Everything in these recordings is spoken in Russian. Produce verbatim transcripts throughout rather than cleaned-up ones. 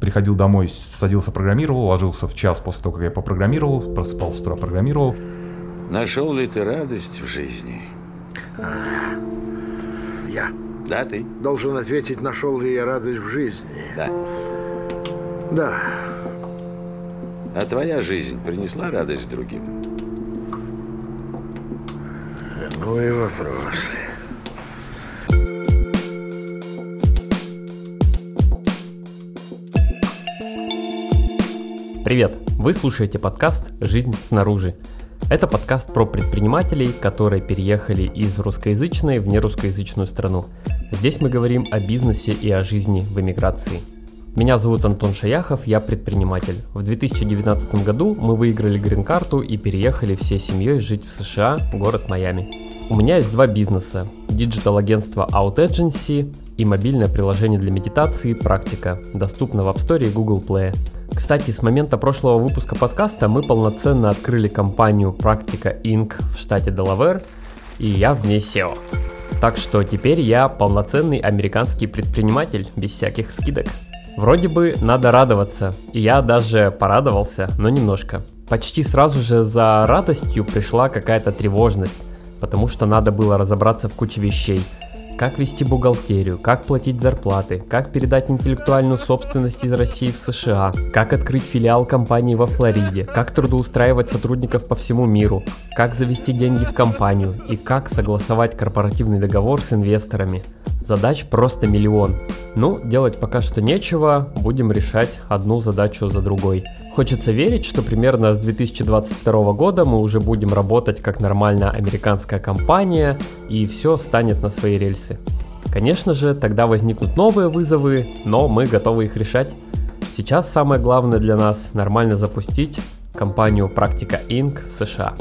приходил домой, садился, программировал, ложился в час после того, как я попрограммировал, просыпался с утра, программировал. Нашел ли ты радость в жизни? А, я. Да, ты. Должен ответить, нашел ли я радость в жизни. Да. Да. А твоя жизнь принесла радость другим? Ну и вопрос. Привет! Вы слушаете подкаст «Жизнь снаружи». Это подкаст про предпринимателей, которые переехали из русскоязычной в нерусскоязычную страну. Здесь мы говорим о бизнесе и о жизни в эмиграции. Меня зовут Антон Шаяхов, я предприниматель. В две тысячи девятнадцатом году мы выиграли грин-карту и переехали всей семьей жить в США, город Майами. У меня есть два бизнеса – диджитал-агентство Out Agency и мобильное приложение для медитации «Практика», доступно в App Store и Google Play. Кстати, с момента прошлого выпуска подкаста мы полноценно открыли компанию «Практика инкорпорейтед» в штате Делавэр, и я в ней сео. Так что теперь я полноценный американский предприниматель, без всяких скидок. Вроде бы надо радоваться, и я даже порадовался, но немножко. Почти сразу же за радостью пришла какая-то тревожность, потому что надо было разобраться в куче вещей. Как вести бухгалтерию, как платить зарплаты, как передать интеллектуальную собственность из России в США, как открыть филиал компании во Флориде, как трудоустраивать сотрудников по всему миру, как завести деньги в компанию и как согласовать корпоративный договор с инвесторами. Задач просто миллион. Ну, делать пока что нечего, будем решать одну задачу за другой. Хочется верить, что примерно с две тысячи двадцать второго года мы уже будем работать как нормальная американская компания, и все станет на свои рельсы. Конечно же, тогда возникнут новые вызовы, но мы готовы их решать. Сейчас самое главное для нас – нормально запустить компанию «Практика инкорпорейтед» в США.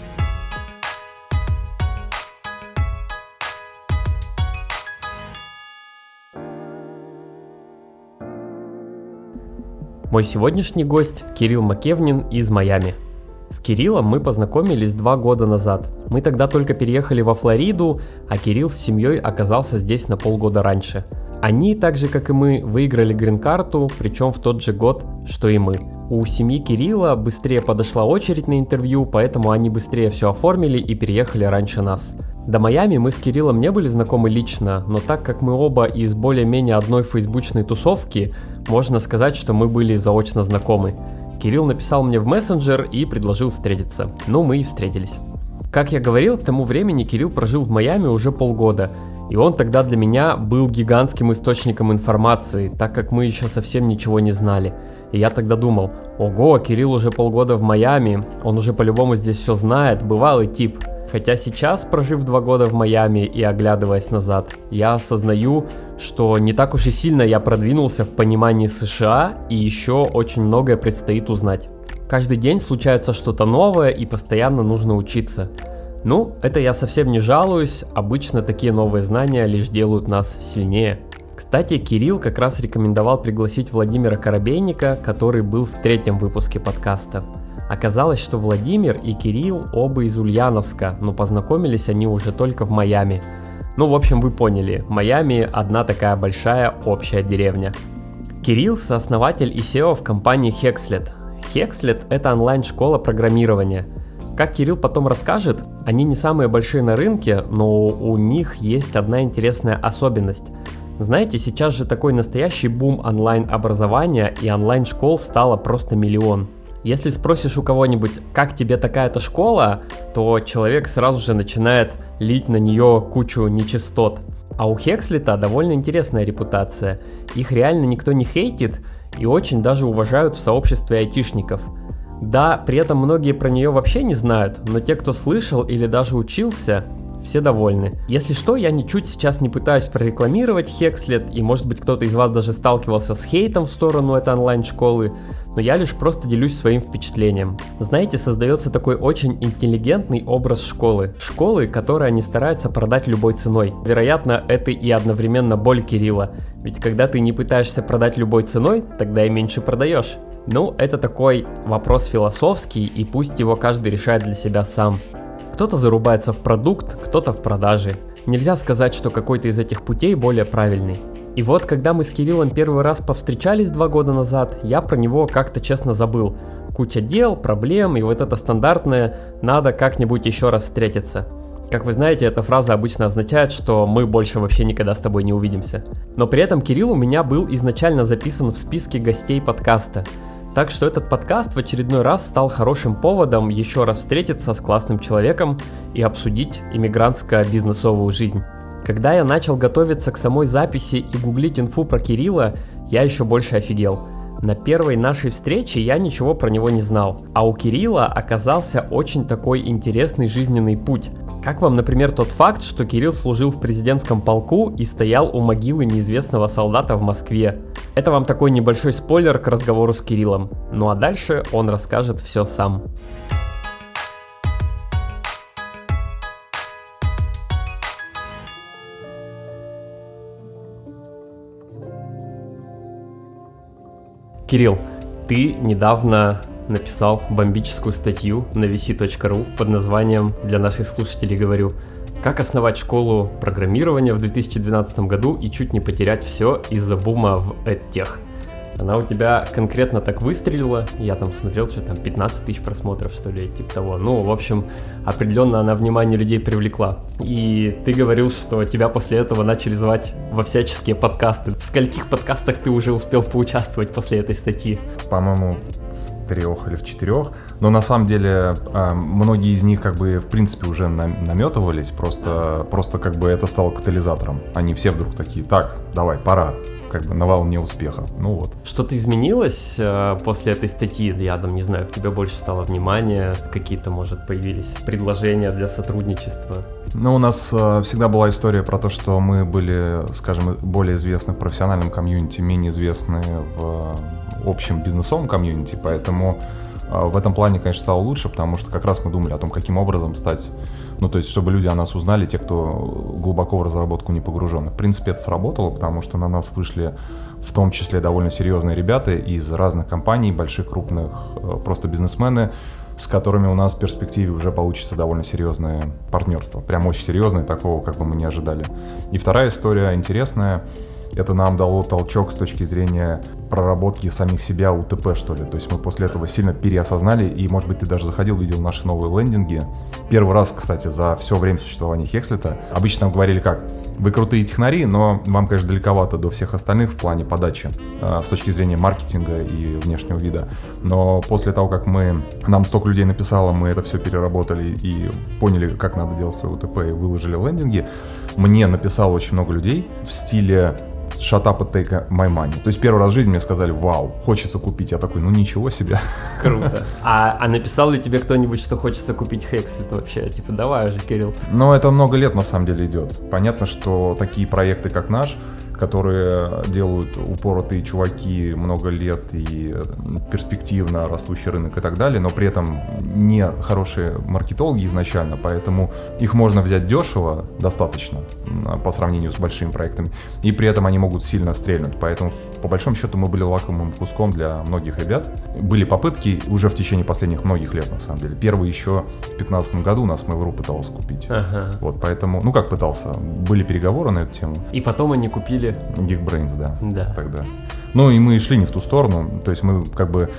Мой сегодняшний гость – Кирилл Макевнин из Майами. С Кириллом мы познакомились два года назад. Мы тогда только переехали во Флориду, а Кирилл с семьей оказался здесь на полгода раньше. Они, так же как и мы, выиграли грин-карту, причем в тот же год, что и мы. У семьи Кирилла быстрее подошла очередь на интервью, поэтому они быстрее все оформили и переехали раньше нас. До Майами мы с Кириллом не были знакомы лично, но так как мы оба из более-менее одной фейсбучной тусовки, можно сказать, что мы были заочно знакомы. Кирилл написал мне в мессенджер и предложил встретиться. Ну, мы и встретились. Как я говорил, к тому времени Кирилл прожил в Майами уже полгода, и он тогда для меня был гигантским источником информации, так как мы еще совсем ничего не знали. И я тогда думал, ого, Кирилл уже полгода в Майами, он уже по-любому здесь все знает, бывалый тип. Хотя сейчас, прожив два года в Майами и оглядываясь назад, я осознаю, что не так уж и сильно я продвинулся в понимании США и еще очень многое предстоит узнать. Каждый день случается что-то новое и постоянно нужно учиться. Ну, это я совсем не жалуюсь, обычно такие новые знания лишь делают нас сильнее. Кстати, Кирилл как раз рекомендовал пригласить Владимира Коробейника, который был в третьем выпуске подкаста. Оказалось, что Владимир и Кирилл оба из Ульяновска, но познакомились они уже только в Майами. Ну, в общем, вы поняли, Майами одна такая большая общая деревня. Кирилл – сооснователь и сео в компании Hexlet. Hexlet – это онлайн-школа программирования. Как Кирилл потом расскажет, они не самые большие на рынке, но у них есть одна интересная особенность. Знаете, сейчас же такой настоящий бум онлайн-образования, и онлайн-школ стало просто миллион. Если спросишь у кого-нибудь, как тебе такая-то школа, то человек сразу же начинает лить на нее кучу нечистот. А у Hexlet довольно интересная репутация. Их реально никто не хейтит и очень даже уважают в сообществе айтишников. Да, при этом многие про нее вообще не знают, но те, кто слышал или даже учился, все довольны. Если что, я ничуть сейчас не пытаюсь прорекламировать Hexlet, и может быть кто-то из вас даже сталкивался с хейтом в сторону этой онлайн-школы, но я лишь просто делюсь своим впечатлением. Знаете, создается такой очень интеллигентный образ школы. Школы, которую они стараются продать любой ценой. Вероятно, это и одновременно боль Кирилла, ведь когда ты не пытаешься продать любой ценой, тогда и меньше продаешь. Ну, это такой вопрос философский, и пусть его каждый решает для себя сам. Кто-то зарубается в продукт, кто-то в продажи. Нельзя сказать, что какой-то из этих путей более правильный. И вот, когда мы с Кириллом первый раз повстречались два года назад, я про него как-то честно забыл. Куча дел, проблем и вот это стандартное «надо как-нибудь еще раз встретиться». Как вы знаете, эта фраза обычно означает, что мы больше вообще никогда с тобой не увидимся. Но при этом Кирилл у меня был изначально записан в списке гостей подкаста. Так что этот подкаст в очередной раз стал хорошим поводом еще раз встретиться с классным человеком и обсудить иммигрантско-бизнесовую жизнь. Когда я начал готовиться к самой записи и гуглить инфу про Кирилла, я еще больше офигел. На первой нашей встрече я ничего про него не знал, а у Кирилла оказался очень такой интересный жизненный путь. Как вам, например, тот факт, что Кирилл служил в президентском полку и стоял у могилы неизвестного солдата в Москве? Это вам такой небольшой спойлер к разговору с Кириллом. Ну а дальше он расскажет все сам. Кирилл, ты недавно написал бомбическую статью на ви си точка ру под названием, для наших слушателей говорю, «Как основать школу программирования в две тысячи двенадцатом году и чуть не потерять все из-за бума в эдтех». Она у тебя конкретно так выстрелила, я там смотрел, что там пятнадцать тысяч просмотров, что ли, типа того. Ну, в общем, определенно она внимание людей привлекла. И ты говорил, что тебя после этого начали звать во всяческие подкасты. В скольких подкастах ты уже успел поучаствовать после этой статьи? По-моему, в трех или в четырех. Но на самом деле многие из них как бы в принципе уже наметывались, просто, просто как бы это стало катализатором. Они все вдруг такие: так, давай, пора. Как бы на волне успеха. Ну вот. Что-то изменилось э, после этой статьи? Я там не знаю, к тебе больше стало внимания, какие-то, может, появились предложения для сотрудничества? Ну, у нас э, всегда была история про то, что мы были, скажем, более известны в профессиональном комьюнити, менее известны в общем бизнесовом комьюнити, поэтому э, в этом плане, конечно, стало лучше, потому что как раз мы думали о том, каким образом стать, ну, то есть, чтобы люди о нас узнали, те, кто глубоко в разработку не погружены. В принципе, это сработало, потому что на нас вышли в том числе довольно серьезные ребята из разных компаний, больших, крупных, просто бизнесмены, с которыми у нас в перспективе уже получится довольно серьезное партнерство. Прям очень серьезное, такого как бы мы не ожидали. И вторая история интересная. Это нам дало толчок с точки зрения проработки самих себя, УТП, что ли. То есть мы после этого сильно переосознали, и, может быть, ты даже заходил, видел наши новые лендинги. Первый раз, кстати, за все время существования Hexlet. Обычно нам говорили как: вы крутые технари, но вам, конечно, далековато до всех остальных в плане подачи с точки зрения маркетинга и внешнего вида. Но после того, как мы, нам столько людей написало, мы это все переработали и поняли, как надо делать свой УТП, и выложили лендинги, мне написало очень много людей в стиле shut up and take my money. То есть первый раз в жизни мне сказали: вау, хочется купить. Я такой: ну ничего себе. Круто. А, а написал ли тебе кто-нибудь, что хочется купить Hexlet вообще? Типа, давай уже, Кирилл. Ну, это много лет на самом деле идет. Понятно, что такие проекты, как наш, которые делают упоротые чуваки много лет и перспективно растущий рынок и так далее, но при этом не хорошие маркетологи изначально, поэтому их можно взять дешево достаточно по сравнению с большими проектами, и при этом они могут сильно стрельнуть. Поэтому по большому счету мы были лакомым куском для многих ребят. Были попытки уже в течение последних многих лет, на самом деле. Первый еще в две тысячи пятнадцатом году нас Mail.ru пытался купить. Ага. Вот, поэтому, ну как пытался, были переговоры на эту тему. И потом они купили Geekbrains, да, да. Тогда. Ну и мы шли не в ту сторону, то есть мы как бы,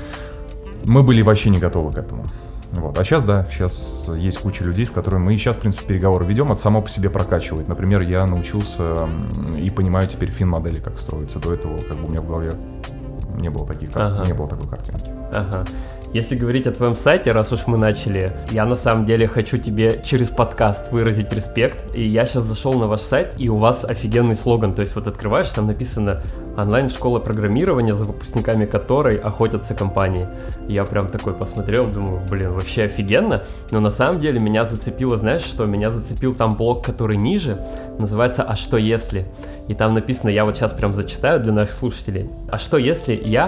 мы были вообще не готовы к этому. Вот. А сейчас, да, сейчас есть куча людей, с которыми мы и сейчас, в принципе, переговоры ведем, это само по себе прокачивает. Например, я научился и понимаю теперь фин-модели, как строится. До этого как бы у меня в голове не было таких, ага. не было такой картинки. Ага. Если говорить о твоем сайте, раз уж мы начали, я на самом деле хочу тебе через подкаст выразить респект. И я сейчас зашел на ваш сайт, и у вас офигенный слоган. То есть вот открываешь, там написано «Онлайн-школа программирования, за выпускниками которой охотятся компании». Я прям такой посмотрел, думаю, блин, вообще офигенно. Но на самом деле меня зацепило, знаешь что? Меня зацепил там блок, который ниже, называется «А что если?». И там написано, я вот сейчас прям зачитаю для наших слушателей. «А что если я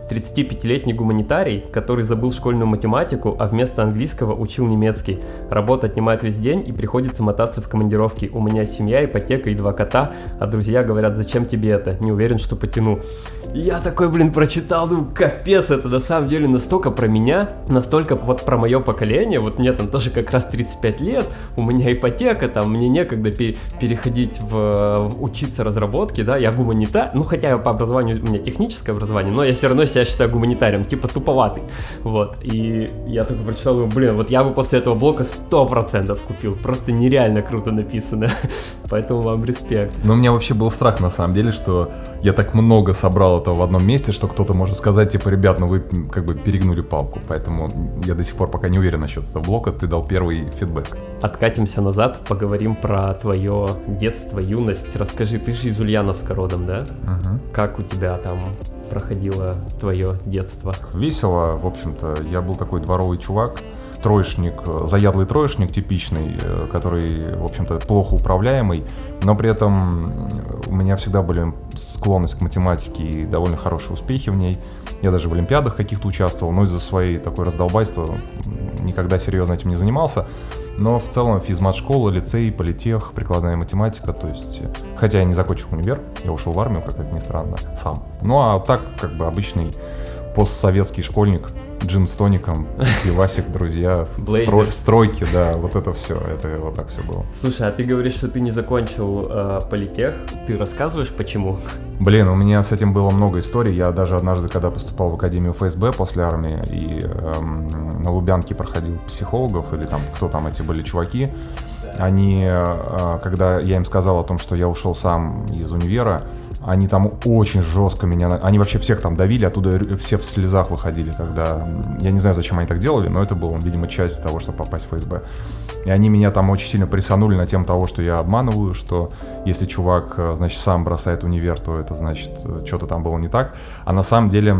тридцатипятилетний гуманитарий, который забыл школьную математику, а вместо английского учил немецкий. Работа отнимает весь день и приходится мотаться в командировки. У меня семья, ипотека и два кота, а друзья говорят, зачем тебе это? Не уверен, что потяну. Я такой, блин, прочитал, ну капец, это на самом деле настолько про меня, настолько вот про мое поколение, вот мне там тоже как раз тридцать пять лет, у меня ипотека, там мне некогда пе- переходить в, в учиться разработке, да, я гуманитарий, ну хотя я по образованию, у меня техническое образование, но я все равно себя считаю гуманитарием, типа туповатый, вот, и я только прочитал, думаю, блин, вот я бы после этого блока сто процентов купил, просто нереально круто написано, поэтому вам респект. Но у меня вообще был страх на самом деле, что я так много собрал этого в одном месте, что кто-то может сказать, типа, ребят, ну вы как бы перегнули палку, поэтому я до сих пор пока не уверен насчет этого блока, ты дал первый фидбэк. Откатимся назад, поговорим про твое детство, юность. Расскажи, ты же из Ульяновска родом, да? Угу. Как у тебя там проходило твое детство? Весело, в общем-то, я был такой дворовый чувак, троечник, заядлый троечник типичный, который, в общем-то, плохо управляемый, но при этом у меня всегда были склонность к математике и довольно хорошие успехи в ней. Я даже в олимпиадах каких-то участвовал, но из-за своей такой раздолбайства никогда серьезно этим не занимался. Но в целом физмат-школа, лицей, политех, прикладная математика, то есть, хотя я не закончил универ, я ушел в армию, как это ни странно, сам. Ну а так, как бы обычный постсоветский школьник, джин с тоником, пивасик, друзья, стро- стройки, да, вот это все, это вот так все было. Слушай, а ты говоришь, что ты не закончил э, политех, ты рассказываешь почему? Блин, у меня с этим было много историй, я даже однажды, когда поступал в Академию эф эс бэ после армии и эм, на Лубянке проходил психологов, или там, кто там эти были чуваки, они, э, когда я им сказал о том, что я ушел сам из универа, они там очень жестко меня... Они вообще всех там давили, оттуда все в слезах выходили, когда... Я не знаю, зачем они так делали, но это было, видимо, часть того, чтобы попасть в эф эс бэ. И они меня там очень сильно прессанули на тему того, что я обманываю, что если чувак, значит, сам бросает универ, то это значит, что-то там было не так. А на самом деле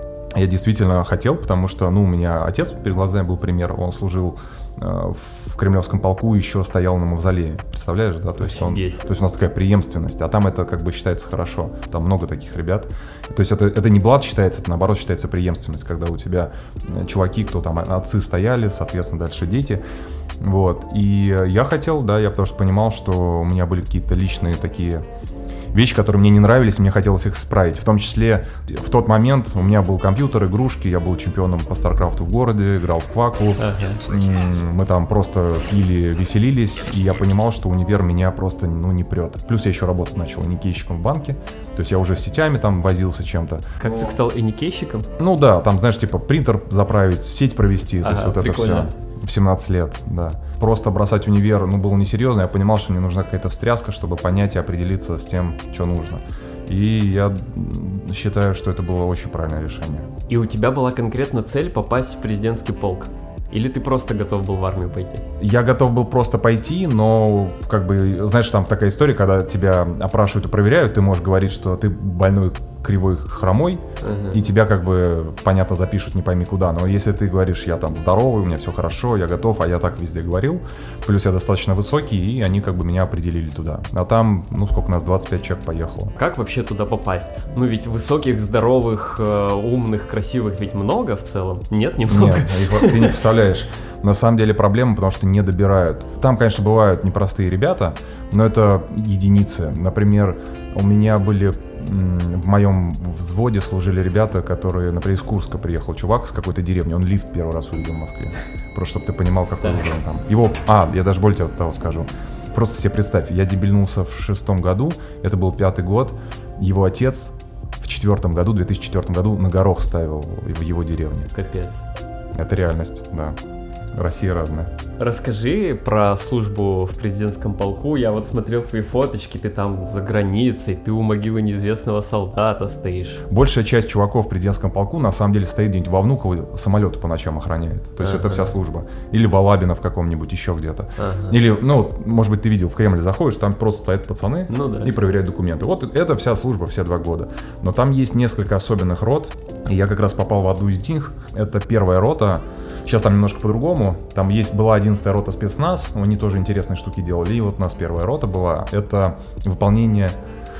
я действительно хотел, потому что, ну, у меня отец перед глазами был пример, он служил в Кремлевском полку, еще стоял на мавзолее, представляешь, да, то есть, он, то есть у нас такая преемственность, а там это как бы считается хорошо, там много таких ребят, то есть это, это не блат считается, это наоборот считается преемственность, когда у тебя чуваки, кто там, отцы стояли, соответственно, дальше дети, вот, и я хотел, да, я потому что понимал, что у меня были какие-то личные такие вещи, которые мне не нравились, мне хотелось их исправить. В том числе в тот момент у меня был компьютер, игрушки, я был чемпионом по Старкрафту в городе, играл в Кваку. Uh-huh. Мы там просто пили, веселились, и я понимал, что универ меня просто, ну, не прет. Плюс я еще работать начал никейщиком в банке, то есть я уже с сетями там возился чем-то. Как ты стал и никейщиком? Ну да, там, знаешь, типа принтер заправить, сеть провести, ага, то есть вот прикольно. Это все. В семнадцать лет, да. Просто бросать универ, ну, было несерьезно, я понимал, что мне нужна какая-то встряска, чтобы понять и определиться с тем, что нужно. И я считаю, что это было очень правильное решение. И у тебя была конкретно цель попасть в президентский полк? Или ты просто готов был в армию пойти? Я готов был просто пойти, но, как бы, знаешь, там такая история, когда тебя опрашивают и проверяют, ты можешь говорить, что ты больной, кривой, хромой, uh-huh. и тебя, как бы, понятно, запишут не пойми куда. Но если ты говоришь, я там здоровый, у меня все хорошо, я готов, а я так везде говорил, плюс я достаточно высокий, и они, как бы, меня определили туда. А там, ну, сколько нас, двадцать пять человек поехало. Как вообще туда попасть? Ну, ведь высоких, здоровых, умных, красивых ведь много в целом? Нет, немного? Нет, ты не представляешь. На самом деле проблема, потому что не добирают. Там, конечно, бывают непростые ребята, но это единицы. Например, у меня были в моем взводе служили ребята, которые, например, из Курска приехал чувак с какой-то деревни, он лифт первый раз увидел в Москве. Просто чтобы ты понимал, какой уровень там. Его, а, я даже более того скажу. Просто себе представь, я дебильнулся в шестом году, это был пятый год, его отец в четвертом году, в две тысячи четвёртом году на горох ставил в его деревне. Капец. Это реальность, да. Россия разная. Расскажи про службу в президентском полку. Я вот смотрел твои фоточки, ты там за границей, ты у могилы неизвестного солдата стоишь. Большая часть чуваков в президентском полку на самом деле стоит где-нибудь во Внуково, самолеты по ночам охраняет. То есть ага. это вся служба. Или в Алабино в каком-нибудь еще где-то. Ага. Или, ну, может быть, ты видел, в Кремль заходишь, там просто стоят пацаны ну, да. и проверяют документы. Вот это вся служба, все два года. Но там есть несколько особенных рот, и я как раз попал в одну из них. Это первая рота. Сейчас там немножко по-другому. Там есть, была одиннадцатая рота спецназ, они тоже интересные штуки делали. И вот у нас первая рота была. Это выполнение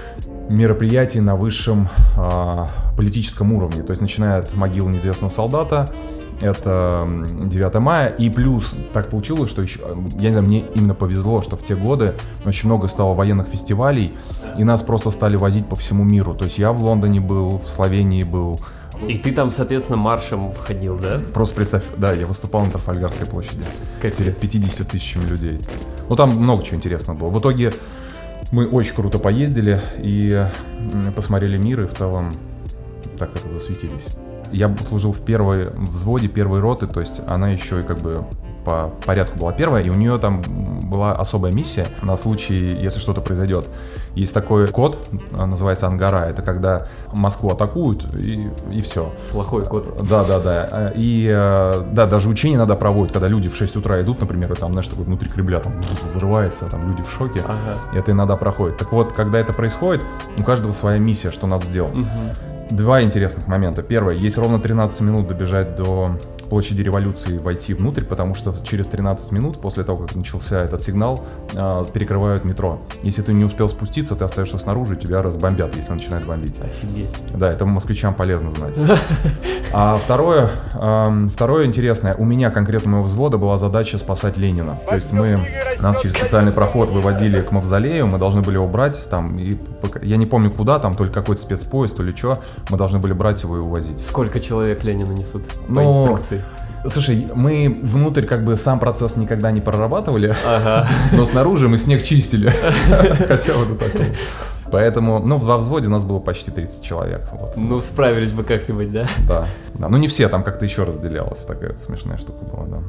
мероприятий на высшем э, политическом уровне. То есть начиная от могилы неизвестного солдата, это девятое мая, и плюс так получилось, что еще, я не знаю, мне именно повезло, что в те годы очень много стало военных фестивалей, и нас просто стали возить по всему миру. То есть я в Лондоне был, в Словении был. И ты там, соответственно, маршем ходил, да? Просто представь, да, я выступал на Трафальгарской площади. Капец. Перед пятьюдесятью тысячами людей. Ну там много чего интересного было. В итоге мы очень круто поездили и посмотрели мир, и в целом так это засветились. Я служил в первой взводе первой роты, то есть она еще и как бы по порядку была первая, и у нее там была особая миссия на случай, если что-то произойдет. Есть такой код, называется Ангара, это когда Москву атакуют, и, и все. Плохой код. Да-да-да, и да, даже учения иногда проводят, когда люди в шесть утра идут, например, и там, знаешь, такой внутри Кремля там взрывается, там люди в шоке, ага. И это иногда проходит. Так вот, когда это происходит, у каждого своя миссия, что надо сделать. Угу. Два интересных момента. Первое, есть ровно тринадцать минут добежать до площади Революции, войти внутрь, потому что через тринадцать минут после того, как начался этот сигнал, перекрывают метро. Если ты не успел спуститься, ты остаешься снаружи, тебя разбомбят, если начинает бомбить. Офигеть. Да, это москвичам полезно знать. А второе, второе интересное, у меня конкретно моего взвода была задача спасать Ленина. То есть мы, нас через специальный проход выводили к мавзолею, мы должны были его брать, там, и, я не помню куда, там, то ли какой-то спецпоезд, то ли что, мы должны были брать его и увозить. Сколько человек Ленина несут по Но... инструкции? Слушай, мы внутрь как бы сам процесс никогда не прорабатывали, ага. Но снаружи мы снег чистили, хотя бы такого. Поэтому, ну, во взводе у нас было почти тридцать человек. Вот. Ну, справились бы как-нибудь, да? Да, да. Ну, не все, там как-то еще разделялось, такая смешная штука была, да.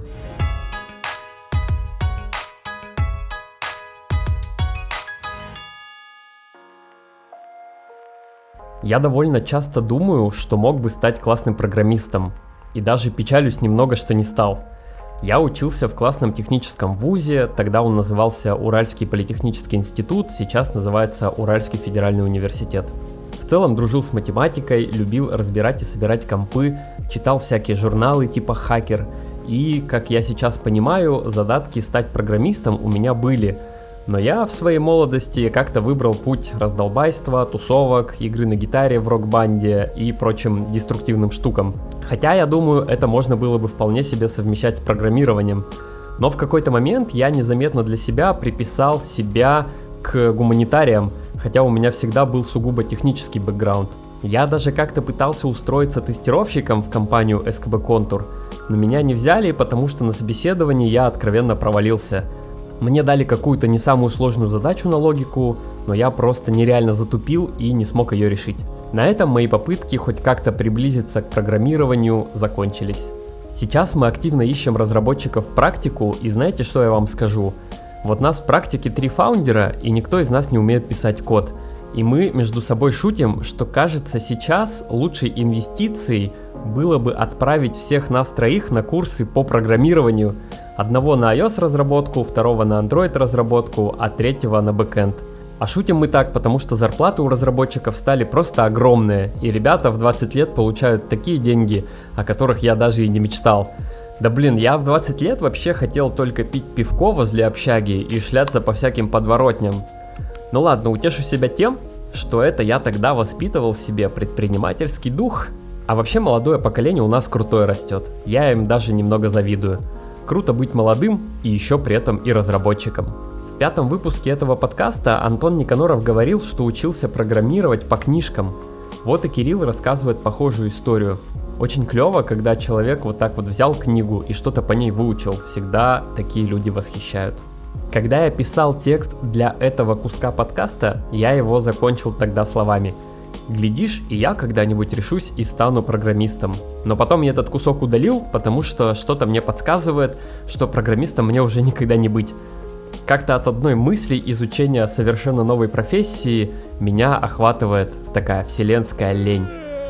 Я довольно часто думаю, что мог бы стать классным программистом, и даже печалюсь немного, что не стал. Я учился в классном техническом вузе, тогда он назывался Уральский политехнический институт, сейчас называется Уральский федеральный университет. В целом дружил с математикой, любил разбирать и собирать компы, читал всякие журналы типа «Хакер», и, как я сейчас понимаю, задатки стать программистом у меня были. Но я в своей молодости как-то выбрал путь раздолбайства, тусовок, игры на гитаре в рок-банде и прочим деструктивным штукам. Хотя, я думаю, это можно было бы вполне себе совмещать с программированием. Но в какой-то момент я незаметно для себя приписал себя к гуманитариям, хотя у меня всегда был сугубо технический бэкграунд. Я даже как-то пытался устроиться тестировщиком в компанию эс ка бэ Контур, но меня не взяли, потому что на собеседовании я откровенно провалился. Мне дали какую-то не самую сложную задачу на логику, но я просто нереально затупил и не смог ее решить. На этом мои попытки хоть как-то приблизиться к программированию закончились. Сейчас мы активно ищем разработчиков в практику, и знаете, что я вам скажу? Вот нас в практике три фаундера, и никто из нас не умеет писать код. И мы между собой шутим, что кажется, сейчас лучшей инвестицией было бы отправить всех нас троих на курсы по программированию. Одного на iOS разработку, второго на Android разработку, а третьего на бэкэнд. А шутим мы так, потому что зарплаты у разработчиков стали просто огромные, и ребята в двадцать лет получают такие деньги, о которых я даже и не мечтал. Да блин, я в двадцать лет вообще хотел только пить пивко возле общаги и шляться по всяким подворотням. Ну ладно, утешу себя тем, что это я тогда воспитывал в себе предпринимательский дух. А вообще молодое поколение у нас крутое растет, я им даже немного завидую. Круто быть молодым и еще при этом и разработчиком. В пятом выпуске этого подкаста Антон Никаноров говорил, что учился программировать по книжкам. Вот и Кирилл рассказывает похожую историю. Очень клево, когда человек вот так вот взял книгу и что-то по ней выучил. Всегда такие люди восхищают. Когда я писал текст для этого куска подкаста, я его закончил тогда словами: глядишь, и я когда-нибудь решусь и стану программистом. Но потом я этот кусок удалил, потому что что-то мне подсказывает, что программистом мне уже никогда не быть. Как-то от одной мысли изучения совершенно новой профессии меня охватывает такая вселенская лень.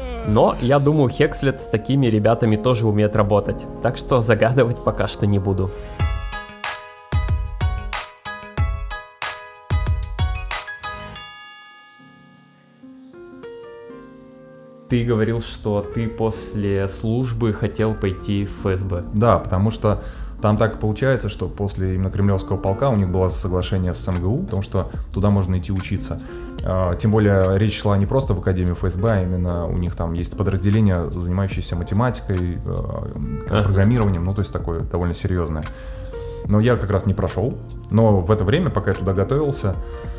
Но я думаю, Хекслет с такими ребятами тоже умеет работать, так что загадывать пока что не буду. Ты говорил, что ты после службы хотел пойти в эф эс бэ. Да, потому что Там так получается, что после именно Кремлевского полка у них было соглашение с эм гэ у, потому что туда можно идти учиться. Тем более речь шла не просто в Академию эф эс бэ, а именно у них там есть подразделение, занимающееся математикой, ага. программированием, ну то есть такое довольно серьезное. Но я как раз не прошел, но в это время, пока я туда готовился,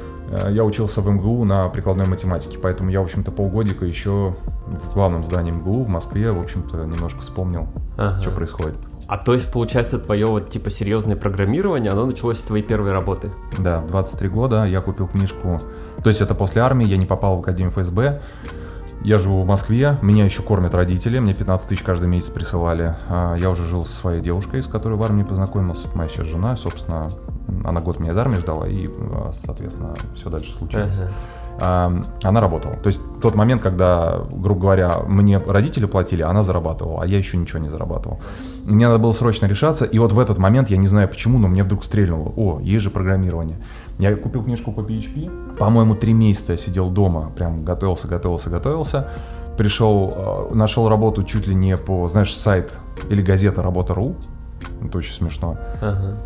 я учился в эм гэ у на прикладной математике, поэтому я, в общем-то, полгодика еще в главном здании эм гэ у в Москве, в общем-то, немножко вспомнил, ага. что происходит. А то есть, получается, твое вот типа серьезное программирование, оно началось с твоей первой работы? Да, двадцать три года, я купил книжку, то есть это после армии, я не попал в Академию эф эс бэ, я живу в Москве, меня еще кормят родители, мне пятнадцать тысяч каждый месяц присылали, я уже жил со своей девушкой, с которой в армии познакомился, моя сейчас жена, собственно, она год меня из армии ждала, и, соответственно, все дальше случилось. Uh-huh. Она работала. То есть тот момент, когда, грубо говоря, мне родители платили, она зарабатывала, а я еще ничего не зарабатывал. Мне надо было срочно решаться, и вот в этот момент, я не знаю почему, но мне вдруг стрельнуло: о, есть же программирование. Я купил книжку по пи эйч пи, по-моему, три месяца я сидел дома, прям готовился, готовился, готовился. Пришел, нашел работу чуть ли не по, знаешь, сайт или газета работа точка ру. Это очень смешно. Uh-huh.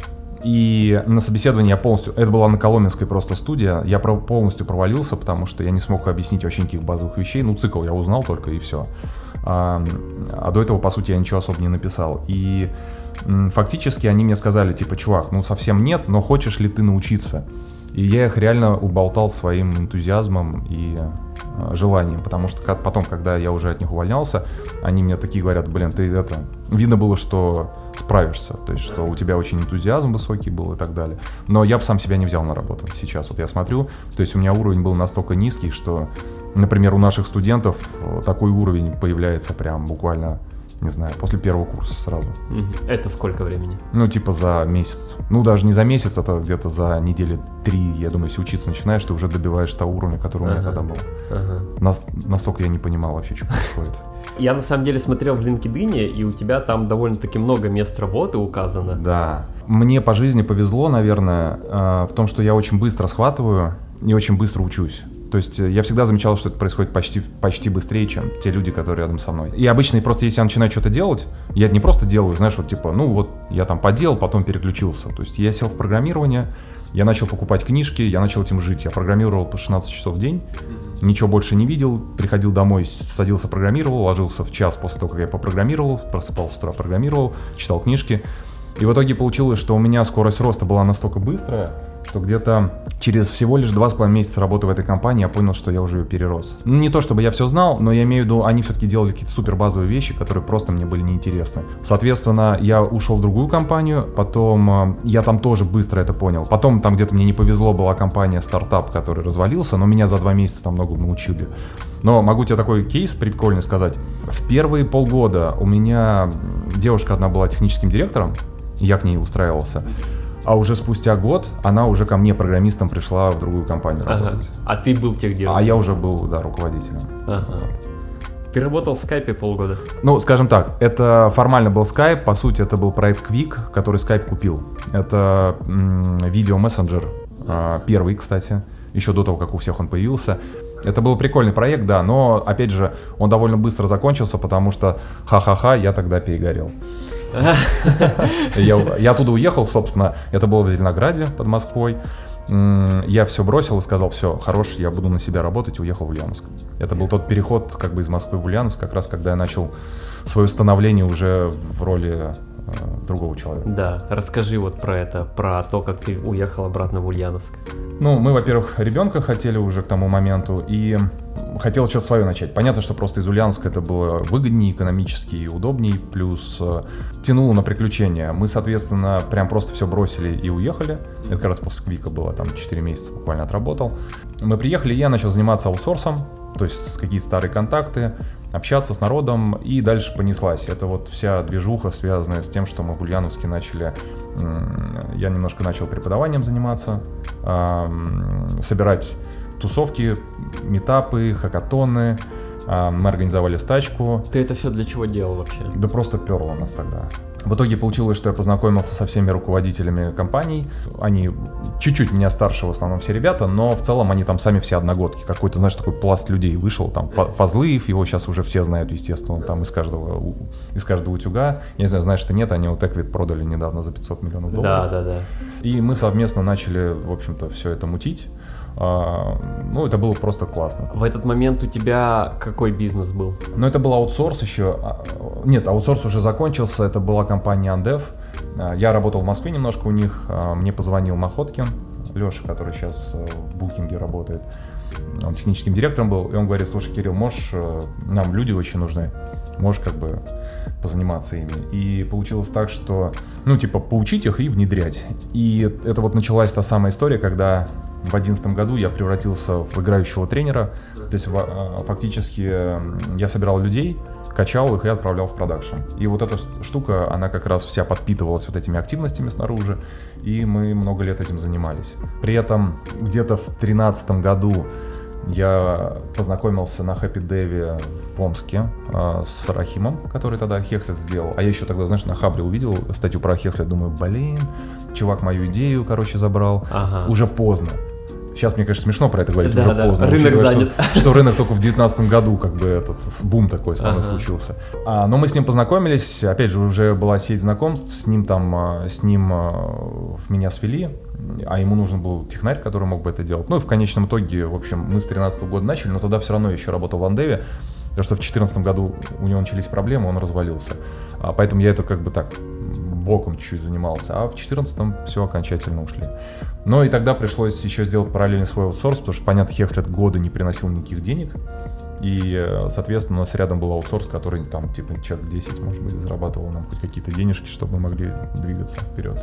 И на собеседовании я полностью, это была на Коломенской просто студия, я полностью провалился, потому что я не смог объяснить вообще никаких базовых вещей. Ну, цикл я узнал только, и все. А, а до этого, по сути, я ничего особо не написал. И м, фактически они мне сказали, типа, чувак, ну совсем нет, но хочешь ли ты научиться? И я их реально уболтал своим энтузиазмом и э, желанием, потому что как, потом, когда я уже от них увольнялся, они мне такие говорят: блин, ты это... Видно было, что справишься, то есть, что у тебя очень энтузиазм высокий был и так далее. Но я бы сам себя не взял на работу сейчас. Вот я смотрю, то есть у меня уровень был настолько низкий, что, например, у наших студентов такой уровень появляется прям буквально, не знаю, после первого курса сразу. Это сколько времени? Ну, типа за месяц. Ну, даже не за месяц, это где-то за недели три, я думаю, если учиться начинаешь, ты уже добиваешь того уровня, который у меня ага. тогда был. Ага. Нас, настолько я не понимал вообще, что происходит. Я на самом деле смотрел в LinkedIn, и у тебя там довольно-таки много мест работы указано. Да. Мне по жизни повезло, наверное, в том, что я очень быстро схватываю и очень быстро учусь. То есть я всегда замечал, что это происходит почти, почти быстрее, чем те люди, которые рядом со мной. И обычно просто если я начинаю что-то делать, я это не просто делаю, знаешь, вот типа, ну вот я там поделал, потом переключился. То есть я сел в программирование, я начал покупать книжки, я начал этим жить. Я программировал по шестнадцать часов в день, ничего больше не видел, приходил домой, садился, программировал, ложился в час после того, как я попрограммировал, просыпался с утра, программировал, читал книжки. И в итоге получилось, что у меня скорость роста была настолько быстрая, что где-то через всего лишь два с половиной месяца работы в этой компании я понял, что я уже ее перерос. Ну, не то чтобы я все знал, но я имею в виду, они все-таки делали какие-то супер базовые вещи, которые просто мне были неинтересны. Соответственно, я ушел в другую компанию, потом я там тоже быстро это понял. Потом там где-то мне не повезло, была компания стартап, который развалился, но меня за два месяца там многому научили. Но могу тебе такой кейс прикольный сказать. В первые полгода у меня девушка одна была техническим директором, я к ней устраивался. А уже спустя год она уже ко мне программистом пришла в другую компанию ага. работать. А ты был техдиректором? А я уже был, да, руководителем. Ага. Ты работал в Skype полгода? Ну, скажем так, это формально был Skype, по сути это был проект Quick, который Skype купил. Это м- видеомессенджер, а, первый, кстати, еще до того, как у всех он появился. Это был прикольный проект, да, но, опять же, он довольно быстро закончился, потому что, ха-ха-ха, я тогда перегорел. Я, я оттуда уехал, собственно, это было в Зеленограде под Москвой. Я все бросил и сказал: все, хорош, я буду на себя работать, и уехал в Ульяновск. Это был тот переход как бы из Москвы в Ульяновск, как раз когда я начал свое становление уже в роли э, другого человека. Да, расскажи вот про это, про то, как ты уехал обратно в Ульяновск. Ну, мы, во-первых, ребенка хотели уже к тому моменту, и хотел что-то свое начать. Понятно, что просто из Ульяновска это было выгоднее, экономически и удобнее, плюс э, тянуло на приключения. Мы, соответственно, прям просто все бросили и уехали. Это как раз после Квика было, там четыре месяца буквально отработал. Мы приехали, и я начал заниматься аутсорсом, то есть какие-то старые контакты, общаться с народом, и дальше понеслась. Это вот вся движуха, связанная с тем, что мы в Ульяновске начали, я немножко начал преподаванием заниматься, собирать тусовки, митапы, хакатоны, Мы организовали стачку. Ты это все для чего делал вообще? Да просто перло нас тогда. В итоге получилось, что я познакомился со всеми руководителями компаний. Они чуть-чуть меня старше, в основном все ребята, но в целом они там сами все одногодки. Какой-то, знаешь, такой пласт людей вышел. Там Фазлыев, его сейчас уже все знают, естественно, он там из каждого, из каждого утюга. Я не знаю, знаешь ты, нет, они вот Эквит продали недавно за пятьсот миллионов долларов. Да, да, да. И мы совместно начали, в общем-то, все это мутить. Ну, это было просто классно. В этот момент у тебя какой бизнес был? Ну, это был аутсорс еще. Нет, аутсорс уже закончился. Это была компания Андев. Я работал в Москве немножко у них. Мне позвонил Махоткин, Леша, который сейчас в Букинге работает. Он техническим директором был. И он говорит: слушай, Кирилл, можешь, нам люди очень нужны. Можешь как бы позаниматься ими. И получилось так, что, ну, типа, поучить их и внедрять. И это вот началась та самая история, когда в две тысячи одиннадцатом году я превратился в играющего тренера. То есть фактически я собирал людей, качал их и отправлял в продакшн. И вот эта штука, она как раз вся подпитывалась вот этими активностями снаружи, и мы много лет этим занимались. При этом где-то в две тысячи тринадцатом году я познакомился на Happy Dev в Омске э, с Рахимом, который тогда Hexlet сделал. А я еще тогда, знаешь, на Хабре увидел статью про Hexlet, думаю, блин, чувак мою идею, короче, забрал. Ага. Уже поздно. Сейчас, мне, конечно, смешно про это говорить, да, уже да. поздно. Рынок занят. Что, что рынок только в две тысячи девятнадцатом году, как бы, этот бум такой с нами ага. случился. А, но мы с ним познакомились, опять же, уже была сеть знакомств, с ним там, с ним меня свели, а ему нужен был технарь, который мог бы это делать. Ну и в конечном итоге, в общем, мы с две тысячи тринадцатого года начали, но тогда все равно еще работал в Андеве, потому что в две тысячи четырнадцатом году у него начались проблемы, он развалился. А, поэтому я это как бы так боком чуть-чуть занимался, а в две тысячи четырнадцатом все окончательно ушли. Но и тогда пришлось еще сделать параллельный свой аутсорс, потому что, понятно, Hexlet года не приносил никаких денег, и, соответственно, у нас рядом был аутсорс, который там, типа, человек десять, может быть, зарабатывал нам хоть какие-то денежки, чтобы мы могли двигаться вперед.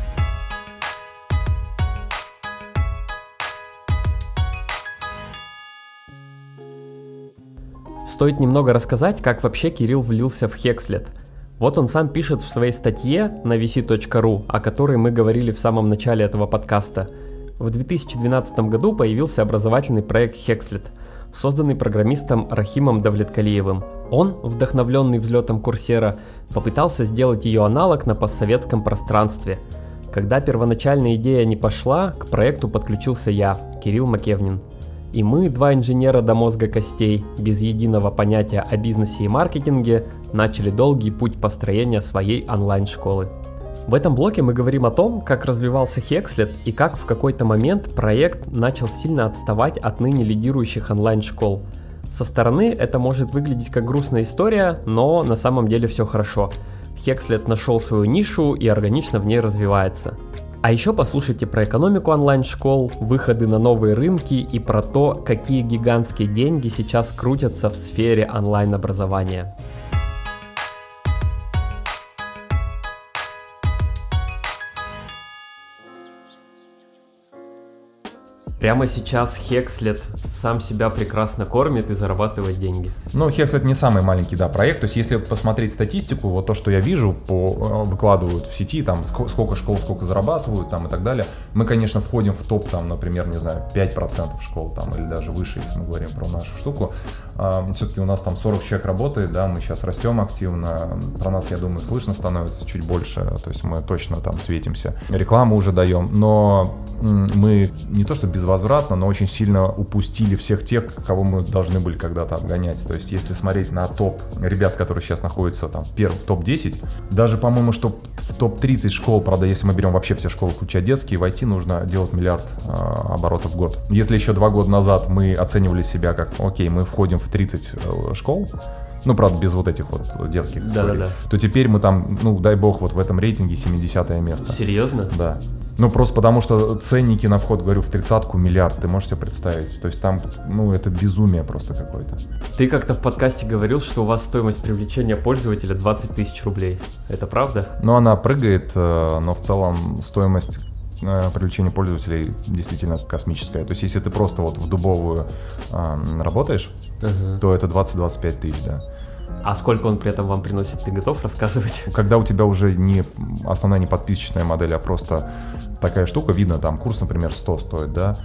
Стоит немного рассказать, как вообще Кирилл влился в Hexlet. Вот он сам пишет в своей статье на ви си точка ру, о которой мы говорили в самом начале этого подкаста. В две тысячи двенадцатом году появился образовательный проект Hexlet, созданный программистом Рахимом Давлеткалиевым. Он, вдохновленный взлетом Курсера, попытался сделать ее аналог на постсоветском пространстве. Когда первоначальная идея не пошла, к проекту подключился я, Кирилл Макевнин. И мы, два инженера до мозга костей, без единого понятия о бизнесе и маркетинге, начали долгий путь построения своей онлайн-школы. В этом блоке мы говорим о том, как развивался Hexlet и как в какой-то момент проект начал сильно отставать от ныне лидирующих онлайн-школ. Со стороны это может выглядеть как грустная история, но на самом деле все хорошо. Hexlet нашел свою нишу и органично в ней развивается. А еще послушайте про экономику онлайн-школ, выходы на новые рынки и про то, какие гигантские деньги сейчас крутятся в сфере онлайн-образования. Прямо сейчас Hexlet сам себя прекрасно кормит и зарабатывает деньги. Ну, Hexlet не самый маленький, да, проект. То есть, если посмотреть статистику, вот то, что я вижу, по, выкладывают в сети, там, сколько школ, сколько зарабатывают, там, и так далее. Мы, конечно, входим в топ, там, например, не знаю, пять процентов школ, там, или даже выше, если мы говорим про нашу штуку. А, все-таки у нас там сорок человек работает, да, мы сейчас растем активно. Про нас, я думаю, слышно становится чуть больше, то есть мы точно там светимся. Рекламу уже даем, но мы не то что безвозвратно, но очень сильно упустили всех тех, кого мы должны были когда-то обгонять. То есть, если смотреть на топ ребят, которые сейчас находятся там в первом топ десять, даже, по-моему, что в топ тридцать школ, правда, если мы берем вообще все школы, включая детские, в ай ти нужно делать миллиард э, оборотов в год. Если еще два года назад мы оценивали себя как, окей, мы входим в тридцать э, школ, ну, правда, без вот этих вот детских историй, да, да, да. то теперь мы там, ну, дай бог, вот в этом рейтинге семидесятое место. Серьезно? Да. Ну, просто потому что ценники на вход, говорю, в тридцатку миллиард, ты можешь себе представить. То есть там, ну, это безумие просто какое-то. Ты как-то в подкасте говорил, что у вас стоимость привлечения пользователя двадцать тысяч рублей. Это правда? Ну, она прыгает, но в целом стоимость привлечения пользователей действительно космическая. То есть, если ты просто вот в дубовую э, работаешь, uh-huh. то это двадцать-двадцать пять тысяч, да. А сколько он при этом вам приносит, ты готов рассказывать? Когда у тебя уже не основная не подписочная модель, а просто такая штука, видно, там курс, например, сто стоит, да,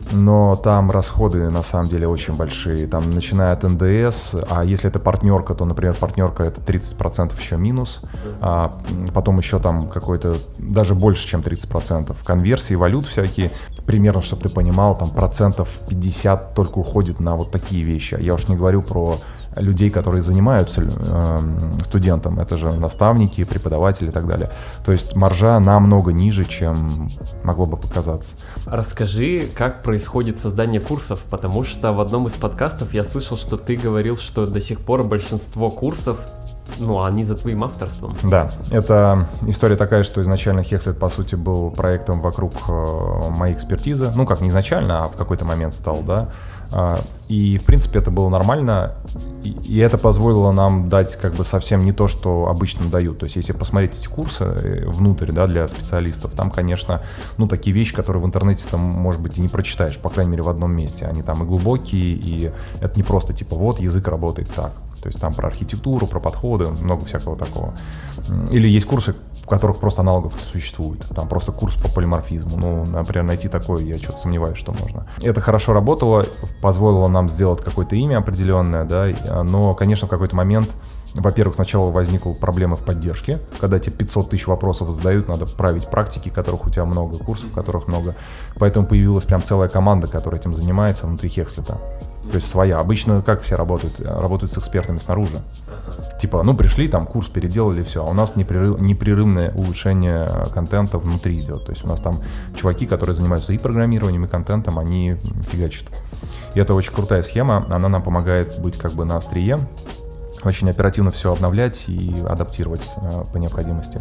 но там расходы на самом деле очень большие, там начиная от эн дэ эс, а если это партнерка, то, например, партнерка это тридцать процентов еще минус, а потом еще там какой-то, даже больше, чем тридцать процентов конверсии валют всякие, примерно, чтобы ты понимал, там процентов пятьдесят только уходит на вот такие вещи. Я уж не говорю про людей, которые занимаются э, студентом, это же наставники, преподаватели и так далее. То есть маржа намного ниже, чем могло бы показаться. Расскажи, как происходит создание курсов, потому что в одном из подкастов я слышал, что ты говорил, что до сих пор большинство курсов, ну, они за твоим авторством. Да, это история такая, что изначально Hexlet, по сути, был проектом вокруг э, моей экспертизы. Ну, как не изначально, а в какой-то момент стал, да. И, в принципе, это было нормально, и, и это позволило нам дать как бы совсем не то, что обычно дают. То есть, если посмотреть эти курсы внутрь, да, для специалистов, там, конечно, ну, такие вещи, которые в интернете там, может быть, и не прочитаешь, по крайней мере, в одном месте. Они там и глубокие, и это не просто типа вот язык работает так. То есть там про архитектуру, про подходы, много всякого такого. Или есть курсы, в которых просто аналогов существует. Там просто курс по полиморфизму. Ну, например, найти такое, я что-то сомневаюсь, что можно. Это хорошо работало, позволило нам сделать какое-то имя определенное, да, но, конечно, в какой-то момент, во-первых, сначала возникла проблема в поддержке, когда тебе пятьсот тысяч вопросов задают, надо править практики, которых у тебя много, курсов, которых много. Поэтому появилась прям целая команда, которая этим занимается внутри Hexlet. То есть своя. Обычно как все работают? Работают с экспертами снаружи. Типа, ну пришли, там курс переделали, все. А у нас непрерыв, непрерывное улучшение контента внутри идет. То есть у нас там чуваки, которые занимаются и программированием, и контентом, они фигачат. И это очень крутая схема. Она нам помогает быть как бы на острие, очень оперативно все обновлять и адаптировать э, по необходимости.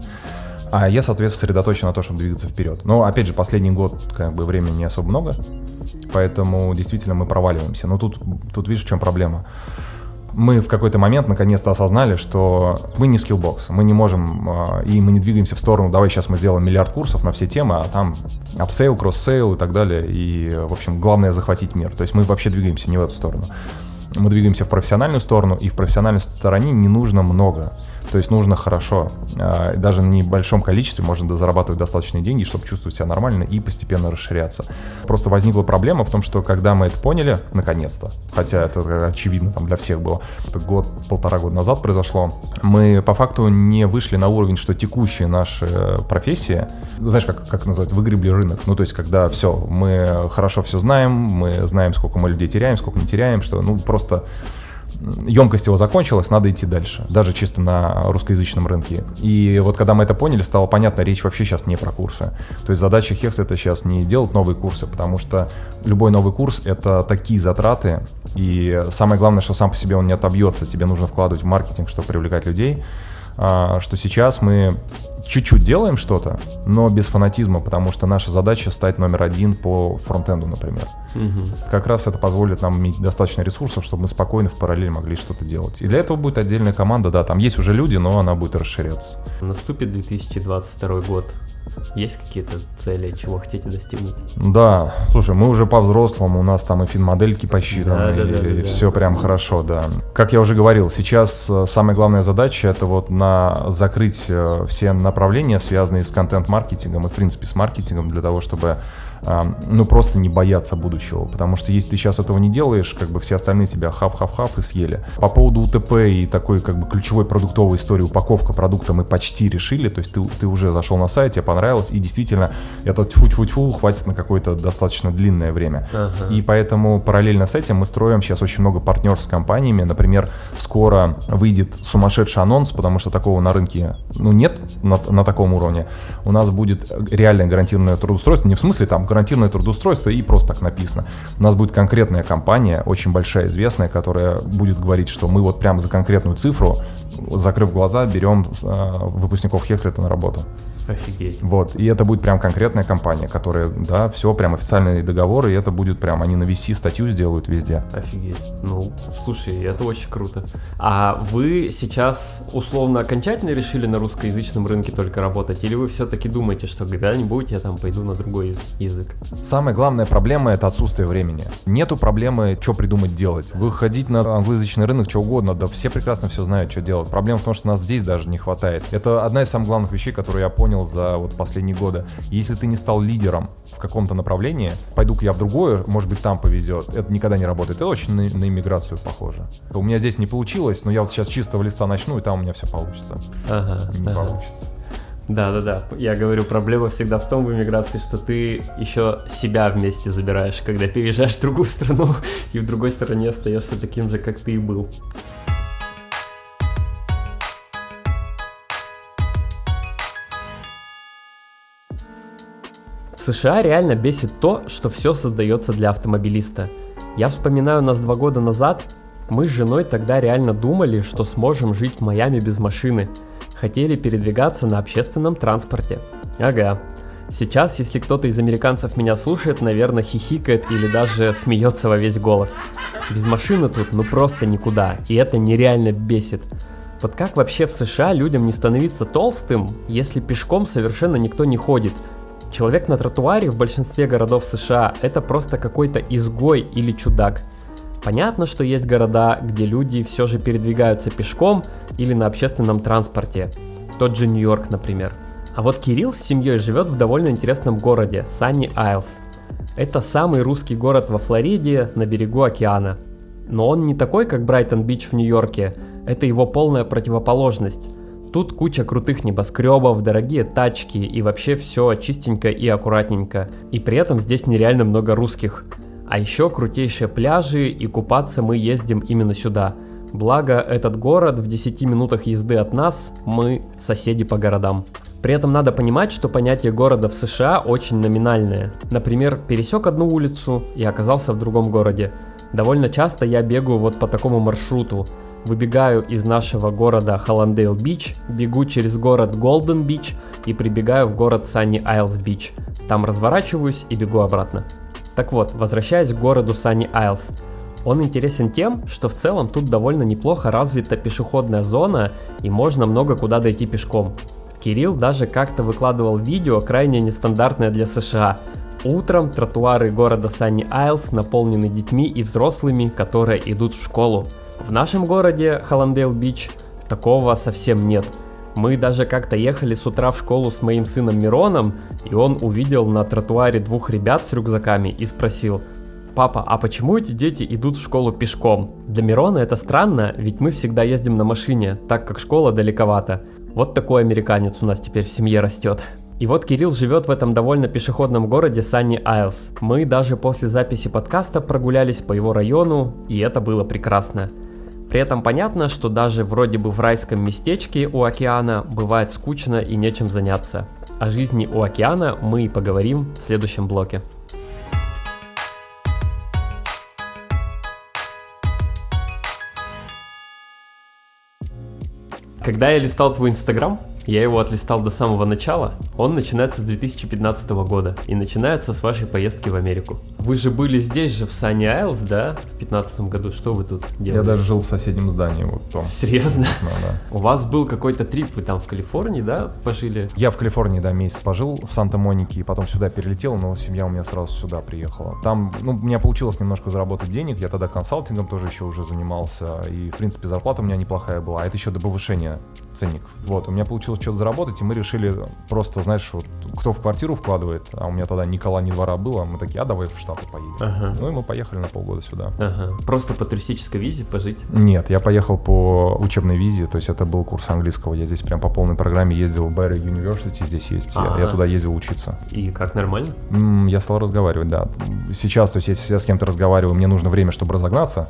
А я, соответственно, сосредоточен на то, чтобы двигаться вперед. Но, опять же, последний год как бы времени не особо много, поэтому действительно мы проваливаемся. Но тут, тут видишь, в чем проблема. Мы в какой-то момент наконец-то осознали, что мы не скиллбокс, мы не можем, и мы не двигаемся в сторону, давай сейчас мы сделаем миллиард курсов на все темы, а там апсейл, кросс-сейл и так далее, и, в общем, главное захватить мир. То есть мы вообще двигаемся не в эту сторону. Мы двигаемся в профессиональную сторону, и в профессиональной стороне не нужно много. То есть нужно хорошо. Даже в небольшом количестве можно зарабатывать достаточные деньги, чтобы чувствовать себя нормально и постепенно расширяться. Просто возникла проблема в том, что когда мы это поняли, наконец-то, хотя это очевидно там для всех было, это год, полтора года назад произошло, мы по факту не вышли на уровень, что текущая наша профессия, знаешь, как, как называть, выгребли рынок. Ну, то есть, когда все, мы хорошо все знаем, мы знаем, сколько мы людей теряем, сколько не теряем, что, ну, просто емкость его закончилась, надо идти дальше, даже чисто на русскоязычном рынке. И вот когда мы это поняли, стало понятно, речь вообще сейчас не про курсы. То есть задача Hex — это сейчас не делать новые курсы, потому что любой новый курс — это такие затраты, и самое главное, что сам по себе он не отобьется, тебе нужно вкладывать в маркетинг, чтобы привлекать людей, что сейчас мы чуть-чуть делаем что-то, но без фанатизма, потому что наша задача стать номер один по фронтенду, например. Угу. Как раз это позволит нам иметь достаточно ресурсов, чтобы мы спокойно в параллель могли что-то делать. И для этого будет отдельная команда, да, там есть уже люди, но она будет расширяться. Наступит две тысячи двадцать второй год. Есть какие-то цели, чего хотите достигнуть? Да, слушай, мы уже по-взрослому, у нас там и финмодельки посчитаны, да, да, да, и, да, и да. Все прям хорошо, да. Как я уже говорил, сейчас самая главная задача — это вот на закрыть все направления, связанные с контент-маркетингом и, в принципе, с маркетингом, для того, чтобы ну, просто не бояться будущего, потому что если ты сейчас этого не делаешь, как бы все остальные тебя хав-хав-хав и съели. По поводу УТП и такой как бы ключевой продуктовой истории, упаковка продукта мы почти решили, то есть ты, ты уже зашел на сайт, тебе понравилось, и действительно это тьфу-тьфу-тьфу хватит на какое-то достаточно длинное время. Uh-huh. И поэтому параллельно с этим мы строим сейчас очень много партнерств с компаниями, например, скоро выйдет сумасшедший анонс, потому что такого на рынке, ну, нет на, на таком уровне. У нас будет реальное гарантированное трудоустройство, не в смысле там гарантированное трудоустройство и просто так написано. У нас будет конкретная компания, очень большая, известная, которая будет говорить, что мы вот прям за конкретную цифру, закрыв глаза, берем э, выпускников Hexlet на работу. Офигеть. Вот, и это будет прям конкретная компания, которая, да, все, прям официальные договоры, и это будет прям, они на ви си статью сделают везде. Офигеть. Ну, слушай, это очень круто. А вы сейчас условно окончательно решили на русскоязычном рынке только работать, или вы все-таки думаете, что когда-нибудь я там пойду на другой язык? Самая главная проблема — это отсутствие времени. Нету проблемы, что придумать делать. Выходить на англоязычный рынок, что угодно, да все прекрасно все знают, что делать. Проблема в том, что нас здесь даже не хватает. Это одна из самых главных вещей, которые я понял за вот последние годы. Если ты не стал лидером в каком-то направлении, пойду-ка я в другое, может быть, там повезет. Это никогда не работает. Это очень на, на иммиграцию похоже. У меня здесь не получилось, но я вот сейчас с чистого листа начну, и там у меня все получится. Ага, не ага. получится. Да-да-да, я говорю, проблема всегда в том в иммиграции, что ты еще себя вместе забираешь, когда переезжаешь в другую страну и в другой стране остаешься таким же, как ты и был. В США реально бесит то, что все создается для автомобилиста. Я вспоминаю нас два года назад, мы с женой тогда реально думали, что сможем жить в Майами без машины. Хотели передвигаться на общественном транспорте. Ага. Сейчас, если кто-то из американцев меня слушает, наверное, хихикает или даже смеется во весь голос. Без машины тут ну просто никуда, и это нереально бесит. Вот как вообще в США людям не становиться толстым, если пешком совершенно никто не ходит? Человек на тротуаре в большинстве городов США – это просто какой-то изгой или чудак. Понятно, что есть города, где люди все же передвигаются пешком или на общественном транспорте. Тот же Нью-Йорк, например. А вот Кирилл с семьей живет в довольно интересном городе – Санни Айлс. Это самый русский город во Флориде на берегу океана. Но он не такой, как Брайтон-Бич в Нью-Йорке, это его полная противоположность. Тут куча крутых небоскребов, дорогие тачки и вообще все чистенько и аккуратненько. И при этом здесь нереально много русских. А еще крутейшие пляжи, и купаться мы ездим именно сюда. Благо, этот город в десяти минутах езды от нас, мы соседи по городам. При этом надо понимать, что понятие города в США очень номинальное. Например, пересек одну улицу и оказался в другом городе. Довольно часто я бегаю вот по такому маршруту. Выбегаю из нашего города Халландейл-Бич, бегу через город Голден-Бич и прибегаю в город Санни Айлс-Бич. Там разворачиваюсь и бегу обратно. Так вот, возвращаясь к городу Санни Айлс. Он интересен тем, что в целом тут довольно неплохо развита пешеходная зона и можно много куда дойти пешком. Кирилл даже как-то выкладывал видео, крайне нестандартное для США. Утром тротуары города Санни Айлс наполнены детьми и взрослыми, которые идут в школу. В нашем городе Халландейл-Бич такого совсем нет. Мы даже как-то ехали с утра в школу с моим сыном Мироном, и он увидел на тротуаре двух ребят с рюкзаками и спросил: «Папа, а почему эти дети идут в школу пешком?» Для Мирона это странно, ведь мы всегда ездим на машине, так как школа далековато. Вот такой американец у нас теперь в семье растет. И вот Кирилл живет в этом довольно пешеходном городе Санни Айлс. Мы даже после записи подкаста прогулялись по его району, и это было прекрасно. При этом понятно, что даже вроде бы в райском местечке у океана бывает скучно и нечем заняться. О жизни у океана мы и поговорим в следующем блоке. Когда я листал твой инстаграм, я его отлистал до самого начала, он начинается с две тысячи пятнадцатого года и начинается с вашей поездки в Америку. Вы же были здесь же, в Санни Айлс, да, в пятнадцатом году, что вы тут делали? Я даже жил в соседнем здании, вот в том. Серьезно? Ну, да. У вас был какой-то трип, вы там в Калифорнии, да, пожили? Я в Калифорнии, да, месяц пожил, в Санта-Монике, и потом сюда перелетел, но семья у меня сразу сюда приехала. Там, ну, у меня получилось немножко заработать денег, я тогда консалтингом тоже еще уже занимался, и, в принципе, зарплата у меня неплохая была, а это еще до повышения ценников. Вот, у меня получилось что-то заработать, и мы решили просто, знаешь, вот, кто в квартиру вкладывает, а у меня тогда ни кола, ни двора было, мы такие, а давай в Штаты поедем. Ага. Ну и мы поехали на полгода сюда. Ага. Просто по туристической визе пожить? Нет, я поехал по учебной визе, то есть это был курс английского, я здесь прям по полной программе ездил, в Barry University здесь есть, я, я туда ездил учиться. И как, нормально? М-м, я стал разговаривать, да. Сейчас, то есть если я с кем-то разговариваю, мне нужно время, чтобы разогнаться,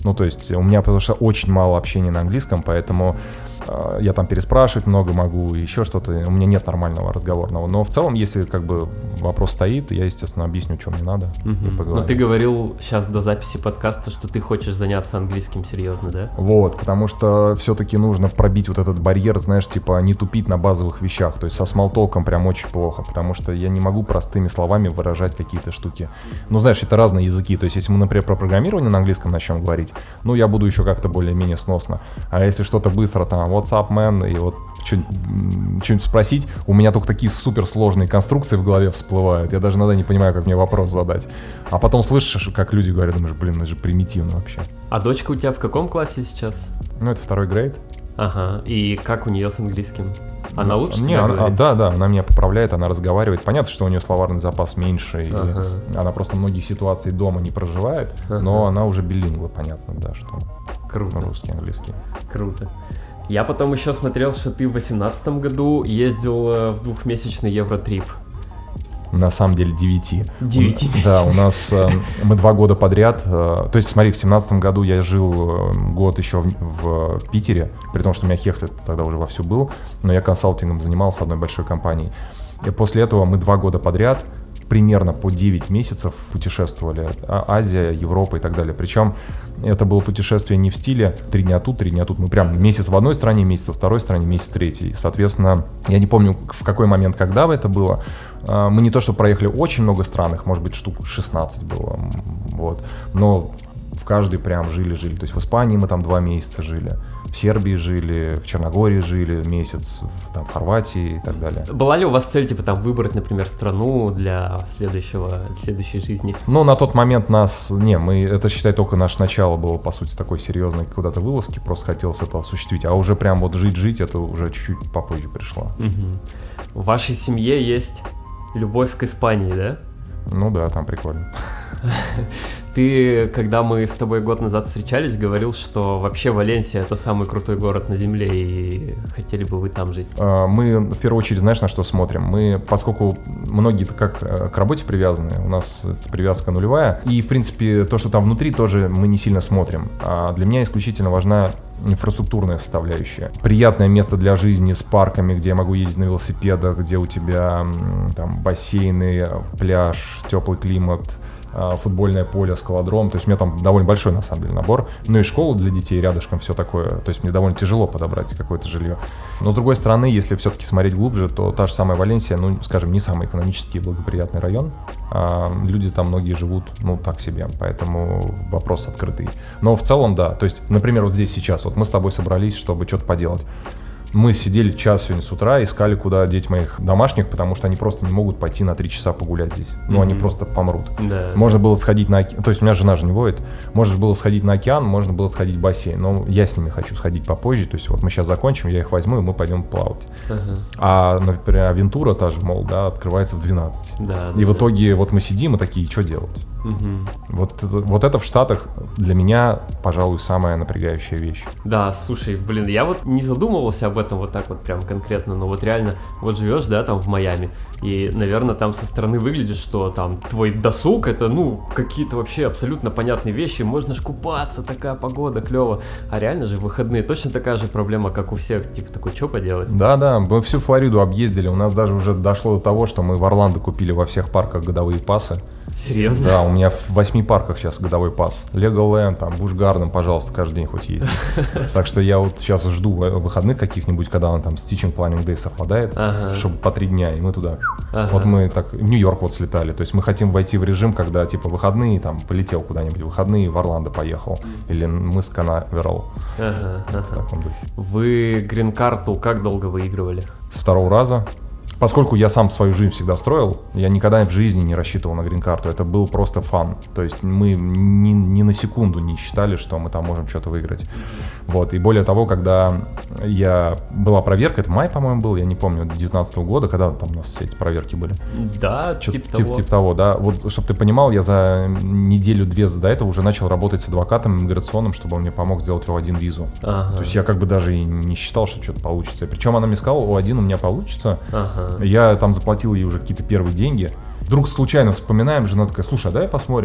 Ну, то есть у меня потому что очень мало общения на английском, поэтому э, я там переспрашивать много могу, еще что-то. У меня нет нормального разговорного. Но в целом, если как бы вопрос стоит, я, естественно, объясню, что мне надо. Угу. Но ты говорил сейчас до записи подкаста, что ты хочешь заняться английским серьезно, да? Вот, потому что все-таки нужно пробить вот этот барьер, знаешь, типа не тупить на базовых вещах. То есть со смолтолком прям очень плохо, потому что я не могу простыми словами выражать какие-то штуки. Ну, знаешь, это разные языки. То есть если мы, например, про программирование на английском начнем говорить, ну, я буду еще как-то более-менее сносно. А если что-то быстро, там, what's up, man, и вот что-нибудь спросить, у меня только такие суперсложные конструкции в голове всплывают. Я даже иногда не понимаю, как мне вопрос задать. А потом слышишь, как люди говорят, думаешь, блин, это же примитивно вообще. А дочка у тебя в каком классе сейчас? Ну, это второй грейд. Ага, и как у нее с английским? Она лучше не, тебя она, говорит? Да, да, она меня поправляет, она разговаривает. Понятно, что у нее словарный запас меньше, и ага. она просто многих ситуаций дома не проживает, ага. но она уже билингва, понятно, да, что круто. Русский, английский. Круто. Я потом еще смотрел, что ты в восемнадцатом году ездил в двухмесячный Евротрип. На самом деле девяти. Девяти месяцев. Да, у нас э, мы два года подряд, э, то есть смотри, в семнадцатом году я жил э, год еще в, в Питере, при том, что у меня Хекслет тогда уже вовсю был, но я консалтингом занимался одной большой компанией. И после этого мы два года подряд примерно по девять месяцев путешествовали. Азия, Европа и так далее. Причем это было путешествие не в стиле три дня тут, три дня тут. Мы прям месяц в одной стране, месяц во второй стране, месяц в третьей. Соответственно, я не помню, в какой момент, когда это было. Мы не то что проехали очень много стран, их, может быть, штук шестнадцать было. Вот. Но в каждой прям жили-жили. То есть в Испании мы там два месяца жили, в Сербии жили, в Черногории жили месяц, там, в Хорватии и так далее. Была ли у вас цель, типа, там, выбрать, например, страну для следующего, следующей жизни? Ну, на тот момент нас... Не, мы... Это, считай, только наше начало было, по сути, такой серьезной куда-то вылазки. Просто хотелось это осуществить. А уже прям вот жить-жить, это уже чуть-чуть попозже пришло. Угу. В вашей семье есть любовь к Испании, да? Ну да, там прикольно. Ты, когда мы с тобой год назад встречались, говорил, что вообще Валенсия — это самый крутой город на земле, и хотели бы вы там жить. Мы в первую очередь, знаешь, на что смотрим? Мы, поскольку многие как к работе привязаны, у нас привязка нулевая, и, в принципе, то, что там внутри, тоже мы не сильно смотрим. А для меня исключительно важна инфраструктурная составляющая. Приятное место для жизни с парками, где я могу ездить на велосипедах, где у тебя там бассейны, пляж, теплый климат, футбольное поле, скалодром. То есть у меня там довольно большой, на самом деле, набор. Ну и школа для детей рядышком, все такое. То есть мне довольно тяжело подобрать какое-то жилье. Но с другой стороны, если все-таки смотреть глубже, то та же самая Валенсия, ну, скажем, не самый экономически благоприятный район. А люди там многие живут, ну, так себе. Поэтому вопрос открытый. Но в целом, да. То есть, например, вот здесь сейчас, вот мы с тобой собрались, чтобы что-то поделать. Мы сидели час сегодня с утра, искали, куда деть моих домашних, потому что они просто не могут пойти на три часа погулять здесь. Ну, mm-hmm. они просто помрут. Да. Можно было сходить на океан, то есть у меня жена же не воет. Можно было сходить на океан, можно было сходить в бассейн. Но я с ними хочу сходить попозже. То есть вот мы сейчас закончим, я их возьму, и мы пойдем плавать. Uh-huh. А, например, Авентура та же, мол, да, открывается в двенадцать. Да, и да, в итоге вот мы сидим и такие, что делать? Uh-huh. Вот, вот это в Штатах для меня, пожалуй, самая напрягающая вещь. Да, слушай, блин, я вот не задумывался об этом вот так вот прям конкретно, но вот реально, вот живешь, да, там в Майами, и, наверное, там со стороны выглядит, что там твой досуг — это, ну, какие-то вообще абсолютно понятные вещи, можно ж купаться, такая погода, клево, а реально же выходные точно такая же проблема, как у всех, типа, такой, что поделать? Да-да, мы всю Флориду объездили, у нас даже уже дошло до того, что мы в Орландо купили во всех парках годовые пассы. Серьезно? Да, у меня в восьми парках сейчас годовой пас. Леголэнд, там, Буш Гарден, пожалуйста, каждый день хоть едет. Так что я вот сейчас жду выходных каких-нибудь, когда он там с Teaching Planning Day совпадает, ага. чтобы по три дня, и мы туда. Ага. Вот мы так в Нью-Йорк вот слетали. То есть мы хотим войти в режим, когда типа выходные, там, полетел куда-нибудь, выходные в Орландо поехал. Или мыс Канаверал. Ага, ага. В таком духе. Вы грин-карту как долго выигрывали? С второго раза. Поскольку я сам свою жизнь всегда строил, я никогда в жизни не рассчитывал на грин-карту. Это был просто фан. То есть мы ни, ни на секунду не считали, что мы там можем что-то выиграть. Вот. И более того, когда я... была проверка, это май, по-моему, был, я не помню, девятнадцатого года, когда там у нас все эти проверки были. Да, Чё, типа тип, того. Типа того, да. Вот, чтобы ты понимал, я за неделю-две до этого уже начал работать с адвокатом иммиграционным, чтобы он мне помог сделать о один визу. Ага. То есть я как бы даже и не считал, что что-то получится. Причем она мне сказала, о один у меня получится. Ага. Я там заплатил ей уже какие-то первые деньги. Вдруг случайно вспоминаем, жена такая, слушай, а давай посмотрим.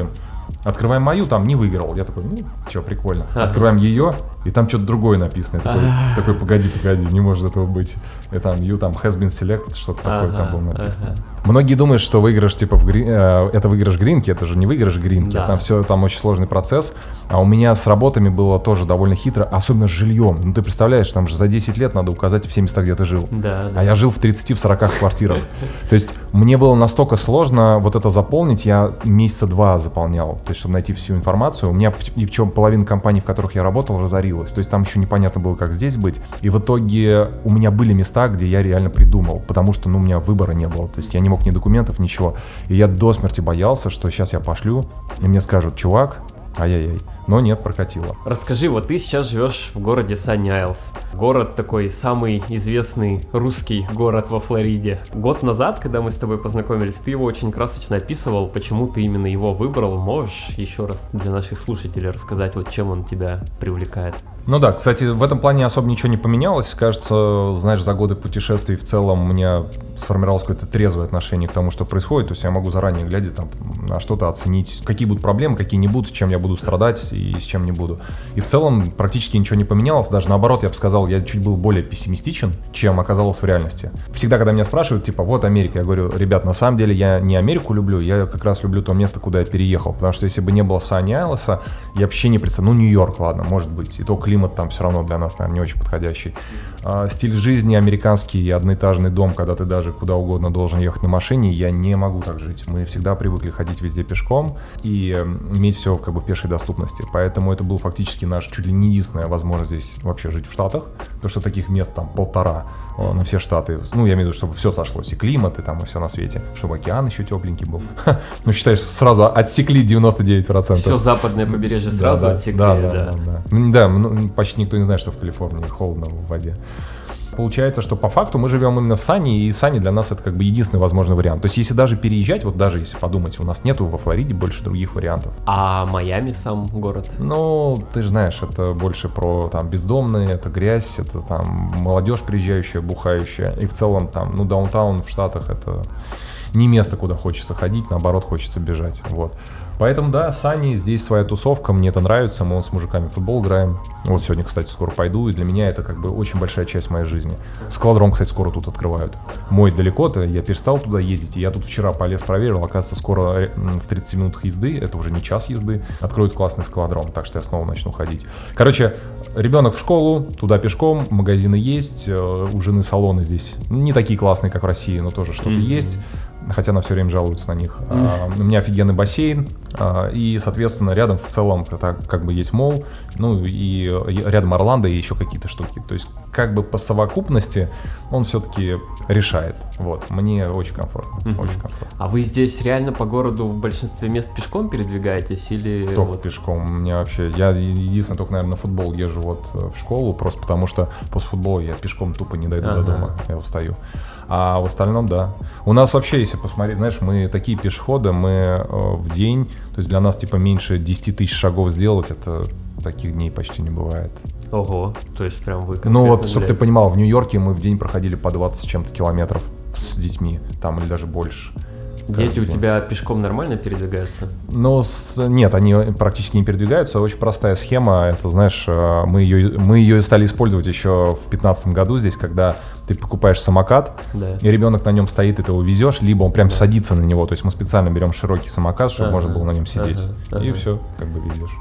Открываем мою, там не выиграл. Я такой, ну, что, прикольно. Открываем ее, и там что-то другое написано. Я такой, такой, погоди, погоди, не может этого быть. И там, you там has been selected, что-то такое там было написано. Многие думают, что выигрыш, типа, в гри... это выигрыш гринки, это же не выигрыш гринки, да. Там все, там очень сложный процесс. А у меня с работами было тоже довольно хитро, особенно с жильем. Ну, ты представляешь, там же за десять лет надо указать все места, где ты жил. Да, да. А я жил в тридцати-сорока квартирах. То есть мне было настолько сложно вот это заполнить, я месяца два заполнял, то есть чтобы найти всю информацию. У меня, и причем половина компаний, в которых я работал, разорилась. То есть там еще непонятно было, как здесь быть. И в итоге у меня были места, где я реально придумал, потому что, ну, у меня выбора не было. То есть я не мог ни документов, ничего. И я до смерти боялся, что сейчас я пошлю, и мне скажут, чувак, ай-яй-яй. Но нет, прокатило. Расскажи, вот ты сейчас живешь в городе Санни-Айлс. Город такой самый известный русский город во Флориде. Год назад, когда мы с тобой познакомились, ты его очень красочно описывал, почему ты именно его выбрал. Можешь еще раз для наших слушателей рассказать, вот чем он тебя привлекает? Ну да, кстати, в этом плане особо ничего не поменялось. Кажется, знаешь, за годы путешествий в целом у меня сформировалось какое-то трезвое отношение к тому, что происходит. То есть я могу заранее, глядя там, на что-то, оценить, какие будут проблемы, какие не будут, с чем я буду страдать и с чем не буду. И в целом практически ничего не поменялось. Даже наоборот, я бы сказал, я чуть был более пессимистичен, чем оказалось в реальности. Всегда, когда меня спрашивают, типа, вот Америка, я говорю, ребят, на самом деле я не Америку люблю, я как раз люблю то место, куда я переехал. Потому что если бы не было Санни-Айлса, я вообще не представляю. Ну, Нью-Йорк, ладно, может быть. И то климат там все равно для нас, наверное, не очень подходящий. А, стиль жизни американский и одноэтажный дом, когда ты даже куда угодно должен ехать на машине, я не могу так жить. Мы всегда привыкли ходить везде пешком и иметь все как бы в пешей доступности. Поэтому это был фактически наш чуть ли не единственная возможность здесь вообще жить в Штатах, потому что таких мест там полтора на все Штаты. Ну, я имею в виду, чтобы все сошлось, и климат, и там, и все на свете, чтобы океан еще тепленький был. Ну, считаешь, сразу отсекли девяносто девять процентов. Все западное побережье сразу да, отсекли. Да, да, да. Да, да. да ну, почти никто не знает, что в Калифорнии холодно в воде. Получается, что по факту мы живем именно в Санни, и Санни для нас это как бы единственный возможный вариант. То есть если даже переезжать, вот даже если подумать, у нас нету во Флориде больше других вариантов. А Майами сам город? Ну, ты же знаешь, это больше про там бездомные, это грязь, это там молодежь приезжающая, бухающая. И в целом там, ну, даунтаун в Штатах это не место, куда хочется ходить, наоборот, хочется бежать, вот. Поэтому, да, Санни, здесь своя тусовка, мне это нравится, мы с мужиками в футбол играем. Вот сегодня, кстати, скоро пойду, и для меня это как бы очень большая часть моей жизни. Скалодром, кстати, скоро тут открывают. Мой далеко-то, я перестал туда ездить, и я тут вчера полез проверил, оказывается, скоро в тридцати минутах езды, это уже не час езды, откроют классный скалодром, так что я снова начну ходить. Короче, ребенок в школу, туда пешком, магазины есть, у жены салоны здесь не такие классные, как в России, но тоже что-то mm-hmm. есть. Хотя она все время жалуется на них. Mm. А, у меня офигенный бассейн, а, и, соответственно, рядом в целом это как бы есть молл, ну и, и рядом Орландо и еще какие-то штуки. То есть как бы по совокупности он все-таки решает. Вот, мне очень комфортно, mm-hmm. очень комфортно. А вы здесь реально по городу в большинстве мест пешком передвигаетесь или? Только вот... пешком. У меня вообще, я единственное только, наверное, на футбол езжу вот в школу, просто потому что после футбола я пешком тупо не дойду ага. до дома, я устаю. А в остальном, да. У нас вообще, если посмотреть, знаешь, мы такие пешеходы, мы э, в день, то есть для нас типа меньше десять тысяч шагов сделать, это таких дней почти не бывает. Ого, то есть прям вы конкретно. Ну вот, чтобы ты понимал, в Нью-Йорке мы в день проходили по двадцать с чем-то километров с детьми, там или даже больше. Дети у тебя пешком нормально передвигаются? Ну, с, нет, они практически не передвигаются. Очень простая схема. Это, знаешь, мы ее, мы ее стали использовать еще в пятнадцатом году здесь, когда ты покупаешь самокат, да. и ребенок на нем стоит, и ты его везешь, либо он прям да. садится на него. То есть мы специально берем широкий самокат, чтобы ага, можно было на нем сидеть. Ага, и ага. все, как бы везешь.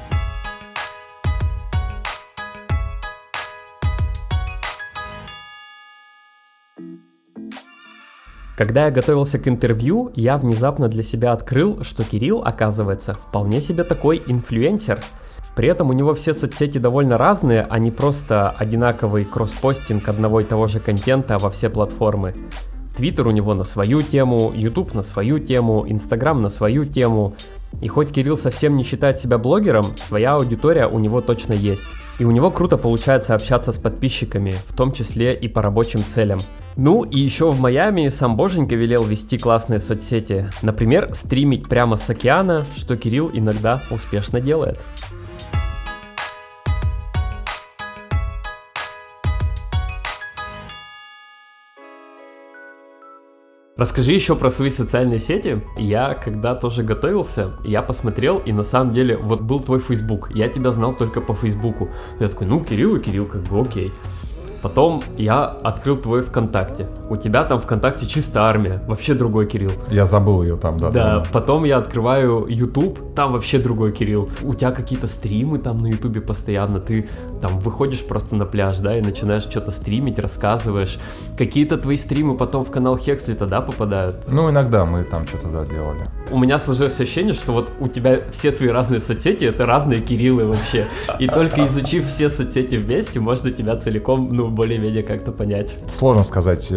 Когда я готовился к интервью, я внезапно для себя открыл, что Кирилл, оказывается, вполне себе такой инфлюенсер. При этом у него все соцсети довольно разные, а не просто одинаковый кросспостинг одного и того же контента во все платформы. Твиттер у него на свою тему, Ютуб на свою тему, Инстаграм на свою тему. И хоть Кирилл совсем не считает себя блогером, своя аудитория у него точно есть. И у него круто получается общаться с подписчиками, в том числе и по рабочим целям. Ну и еще в Майами сам Боженька велел вести классные соцсети. Например, стримить прямо с океана, что Кирилл иногда успешно делает. Расскажи еще про свои социальные сети. Я, когда тоже готовился, я посмотрел, и на самом деле, вот был твой Facebook. Я тебя знал только по Фейсбуку. Я такой, ну, Кирилл и Кирилл, как бы окей. Потом я открыл твой ВКонтакте. У тебя там ВКонтакте чисто армия, вообще другой Кирилл. Я забыл ее там, да. Да, да. Потом я открываю YouTube, там вообще другой Кирилл. У тебя какие-то стримы там на Ютубе постоянно. Ты там выходишь просто на пляж, да, и начинаешь что-то стримить, рассказываешь. Какие-то твои стримы потом в канал Хекслита, да, попадают? Ну, иногда мы там что-то, да, делали. У меня сложилось ощущение, что вот у тебя все твои разные соцсети — это разные Кириллы вообще. И только изучив все соцсети вместе, можно тебя целиком, ну, более-менее как-то понять. Сложно сказать.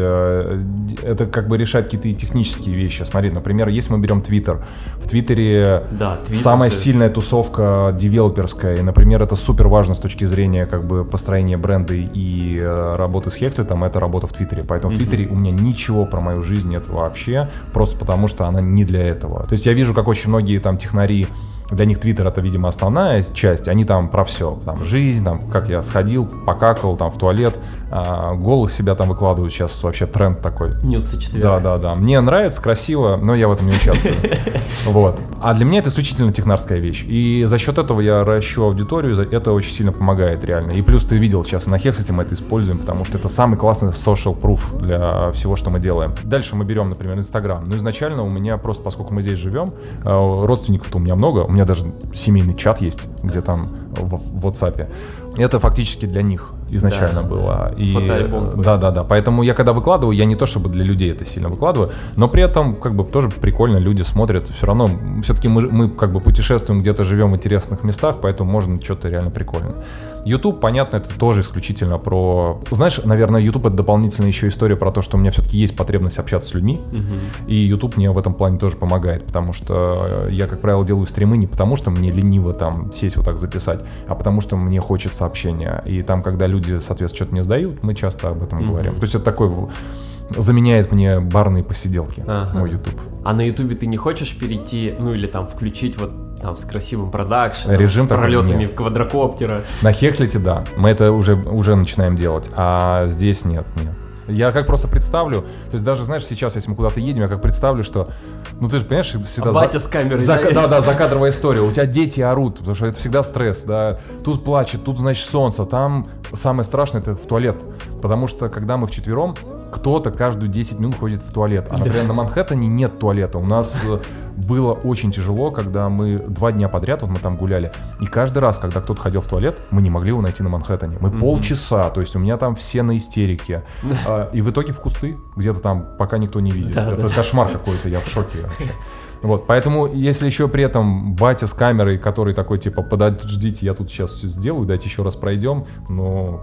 Это как бы решать какие-то технические вещи. Смотри, например, если мы берем Твиттер. В Твиттере да, самая же... сильная тусовка девелоперская. И, например, это супер важно с точки зрения как бы построения бренда и работы с Хекслитом. Это работа в Твиттере. Поэтому mm-hmm. в Твиттере у меня ничего про мою жизнь нет вообще. Просто потому, что она не для этого. То есть я вижу, как очень многие там технари, для них Твиттер — это, видимо, основная часть, они там про все, там жизнь, там как я сходил, покакал, там в туалет, а, голых себя там выкладывают, сейчас вообще тренд такой. Нюцы четверг. Да, да, да. Мне нравится, красиво, но я в этом не участвую. Вот. А для меня это исключительно технарская вещь. И за счет этого я ращу аудиторию, это очень сильно помогает реально. И плюс ты видел сейчас и на Хекслите мы это используем, потому что это самый классный social proof для всего, что мы делаем. Дальше мы берем, например, Инстаграм. Ну, изначально у меня просто, поскольку мы здесь живем, родственников-то у меня много, у меня даже семейный чат есть, где там в, в WhatsApp. Это фактически для них изначально да, было. И, да, да, да. Поэтому я когда выкладываю, я не то чтобы для людей это сильно выкладываю, но при этом как бы тоже прикольно, люди смотрят. Все равно, все-таки мы, мы как бы путешествуем, где-то живем в интересных местах, поэтому можно что-то реально прикольно. YouTube, понятно, это тоже исключительно про... Знаешь, наверное, YouTube — это дополнительная еще история про то, что у меня все-таки есть потребность общаться с людьми, uh-huh. и YouTube мне в этом плане тоже помогает, потому что я, как правило, делаю стримы не потому, что мне лениво там сесть вот так записать, а потому что мне хочется общения. И там, когда люди, соответственно, что-то мне сдают, мы часто об этом uh-huh. говорим. То есть это такой... заменяет мне барные посиделки, ага. мой YouTube. А на YouTube ты не хочешь перейти, ну или там включить вот там с красивым продакшеном, режим с пролетами нет. квадрокоптера? На Хекслите, да, мы это уже, уже начинаем делать, а здесь нет, нет. Я как просто представлю, то есть даже, знаешь, сейчас, если мы куда-то едем, я как представлю, что, ну ты же понимаешь, всегда... А батя с камерой. За, да, да, да, закадровая история, у тебя дети орут, потому что это всегда стресс, да, тут плачет, тут, значит, солнце, там самое страшное — это в туалет, потому что, когда мы вчетвером, кто-то каждые десять минут ходит в туалет, а, например, на Манхэттене нет туалета, у нас было очень тяжело, когда мы два дня подряд, вот мы там гуляли, и каждый раз, когда кто-то ходил в туалет, мы не могли его найти на Манхэттене, мы mm-hmm. полчаса, то есть у меня там все на истерике, и в итоге в кусты, где-то там, пока никто не видит. Да, это да. кошмар какой-то, я в шоке вообще. Вот, поэтому, если еще при этом батя с камерой, который такой, типа, подождите, я тут сейчас все сделаю, дайте еще раз пройдем, но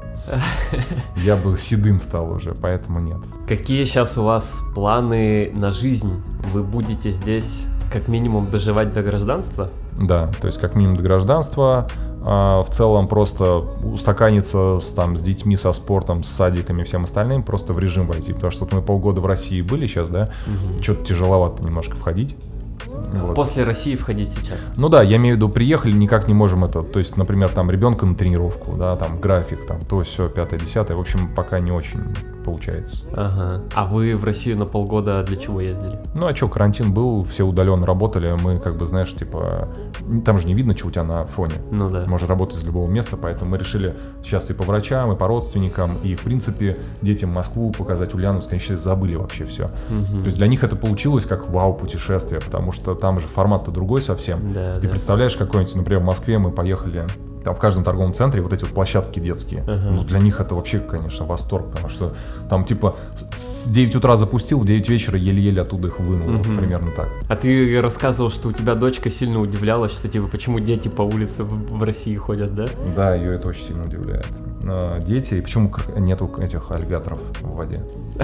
я бы седым стал уже, поэтому нет. Какие сейчас у вас планы на жизнь? Вы будете здесь как минимум доживать до гражданства? Да, то есть как минимум до гражданства. А, в целом просто устаканиться с, там, с детьми, со спортом, с садиками и всем остальным, просто в режим войти. Потому что вот мы полгода в России были сейчас, да, угу. что-то тяжеловато немножко входить. Вот. После России входить сейчас? Ну да, я имею в виду, приехали, никак не можем это, то есть, например, там ребенка на тренировку, да, там график, там то, все, пятое, десятое, в общем, пока не очень получается. Ага. А вы в Россию на полгода для чего ездили? Ну а что, карантин был, все удаленно работали, мы как бы, знаешь, типа, там же не видно, что у тебя на фоне. Ну да. Можно работать из любого места, поэтому мы решили сейчас и по врачам, и по родственникам, и в принципе детям Москву показать, Ульяновск, они сейчас забыли вообще все. Угу. То есть для них это получилось как вау-путешествие, потому что там же формат-то другой совсем. Да, Ты да. представляешь, какой-нибудь, например, в Москве мы поехали, там в каждом торговом центре вот эти вот площадки детские. Uh-huh. Ну, для них это вообще, конечно, восторг, потому что там типа в девять утра запустил, в девять вечера еле-еле оттуда их вынул, uh-huh. вот, примерно так. А ты рассказывал, что у тебя дочка сильно удивлялась, что типа почему дети по улице в, в России ходят, да? Да, ее это очень сильно удивляет. Но дети, почему нету этих аллигаторов в воде?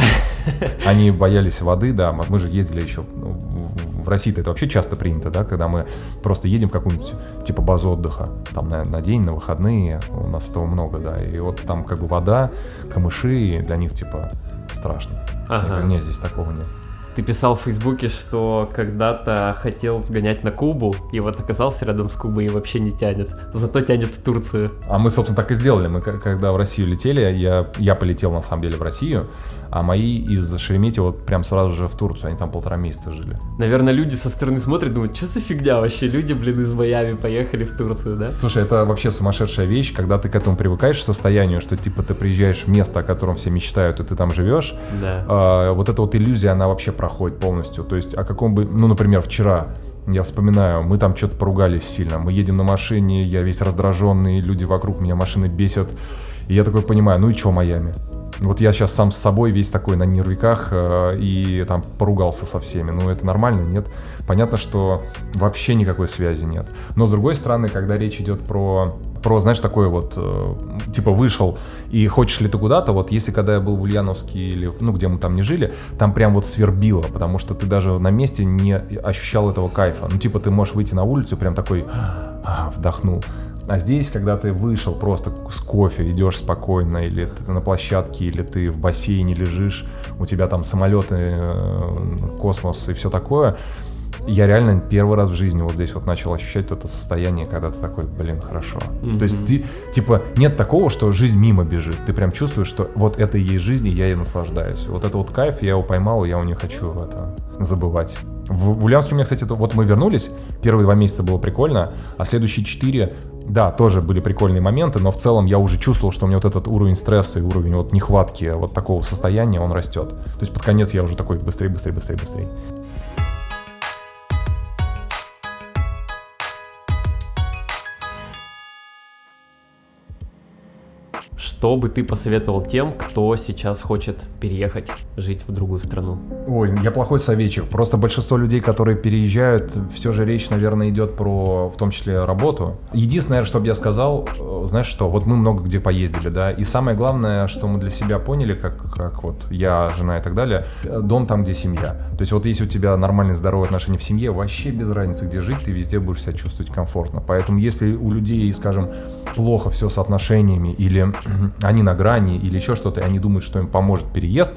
Они боялись воды, да, мы же ездили еще в России-то это вообще часто принято, да, когда мы просто едем в какую-нибудь типа базу отдыха, там на, на день, на выходные, у нас этого много, да, и вот там как бы вода, камыши, для них типа страшно. Ага. Нет, здесь такого нет. Ты писал в Фейсбуке, что когда-то хотел сгонять на Кубу, и вот оказался рядом с Кубой и вообще не тянет. Зато тянет в Турцию. А мы, собственно, так и сделали. Мы когда в Россию летели, я, я полетел на самом деле в Россию, а мои из Шереметьево вот прям сразу же в Турцию. Они там полтора месяца жили. Наверное, люди со стороны смотрят, думают, что за фигня вообще? Люди, блин, из Майами поехали в Турцию, да? Слушай, это вообще сумасшедшая вещь, когда ты к этому привыкаешь, состоянию, что типа ты приезжаешь в место, о котором все мечтают, и ты там живешь. Да. А, вот эта вот иллюзия, она вообще проходит полностью. То есть о каком бы, ну, например, вчера, я вспоминаю, мы там что-то поругались сильно, мы едем на машине, я весь раздраженный, люди вокруг меня машины бесят, и я такой понимаю, ну и что Майами? Вот я сейчас сам с собой весь такой на нервиках э, и там поругался со всеми. Ну это нормально, нет? Понятно, что вообще никакой связи нет. Но с другой стороны, когда речь идет про, про знаешь, такое вот, э, типа вышел и хочешь ли ты куда-то, вот если когда я был в Ульяновске или, ну где мы там не жили, там прям вот свербило, потому что ты даже на месте не ощущал этого кайфа. Ну типа ты можешь выйти на улицу, прям такой а, вдохнул. А здесь, когда ты вышел просто с кофе, идешь спокойно, или ты на площадке, или ты в бассейне лежишь, у тебя там самолеты, космос и все такое, я реально первый раз в жизни вот здесь вот начал ощущать это состояние, когда ты такой, блин, хорошо. Mm-hmm. То есть, ти, типа, нет такого, что жизнь мимо бежит. Ты прям чувствуешь, что вот это и есть жизнь, и я ей наслаждаюсь. Вот это вот кайф, я его поймал, и я его не хочу это забывать. В, в Ульяновске у меня, кстати, это, вот мы вернулись, первые два месяца было прикольно, а следующие четыре, да, тоже были прикольные моменты, но в целом я уже чувствовал, что у меня вот этот уровень стресса и уровень вот нехватки вот такого состояния, он растет. То есть под конец я уже такой быстрее, быстрее, быстрее, быстрее. Что бы ты посоветовал тем, кто сейчас хочет переехать, жить в другую страну? Ой, я плохой советчик. Просто большинство людей, которые переезжают, все же речь, наверное, идет про, в том числе, работу. Единственное, что бы я сказал, знаешь что, вот мы много где поездили, да, и самое главное, что мы для себя поняли, как, как вот я, жена и так далее, дом там, где семья. То есть вот если у тебя нормальные, здоровые отношения в семье, вообще без разницы, где жить, ты везде будешь себя чувствовать комфортно. Поэтому если у людей, скажем, плохо все с отношениями или они на грани или еще что-то, и они думают, что им поможет переезд,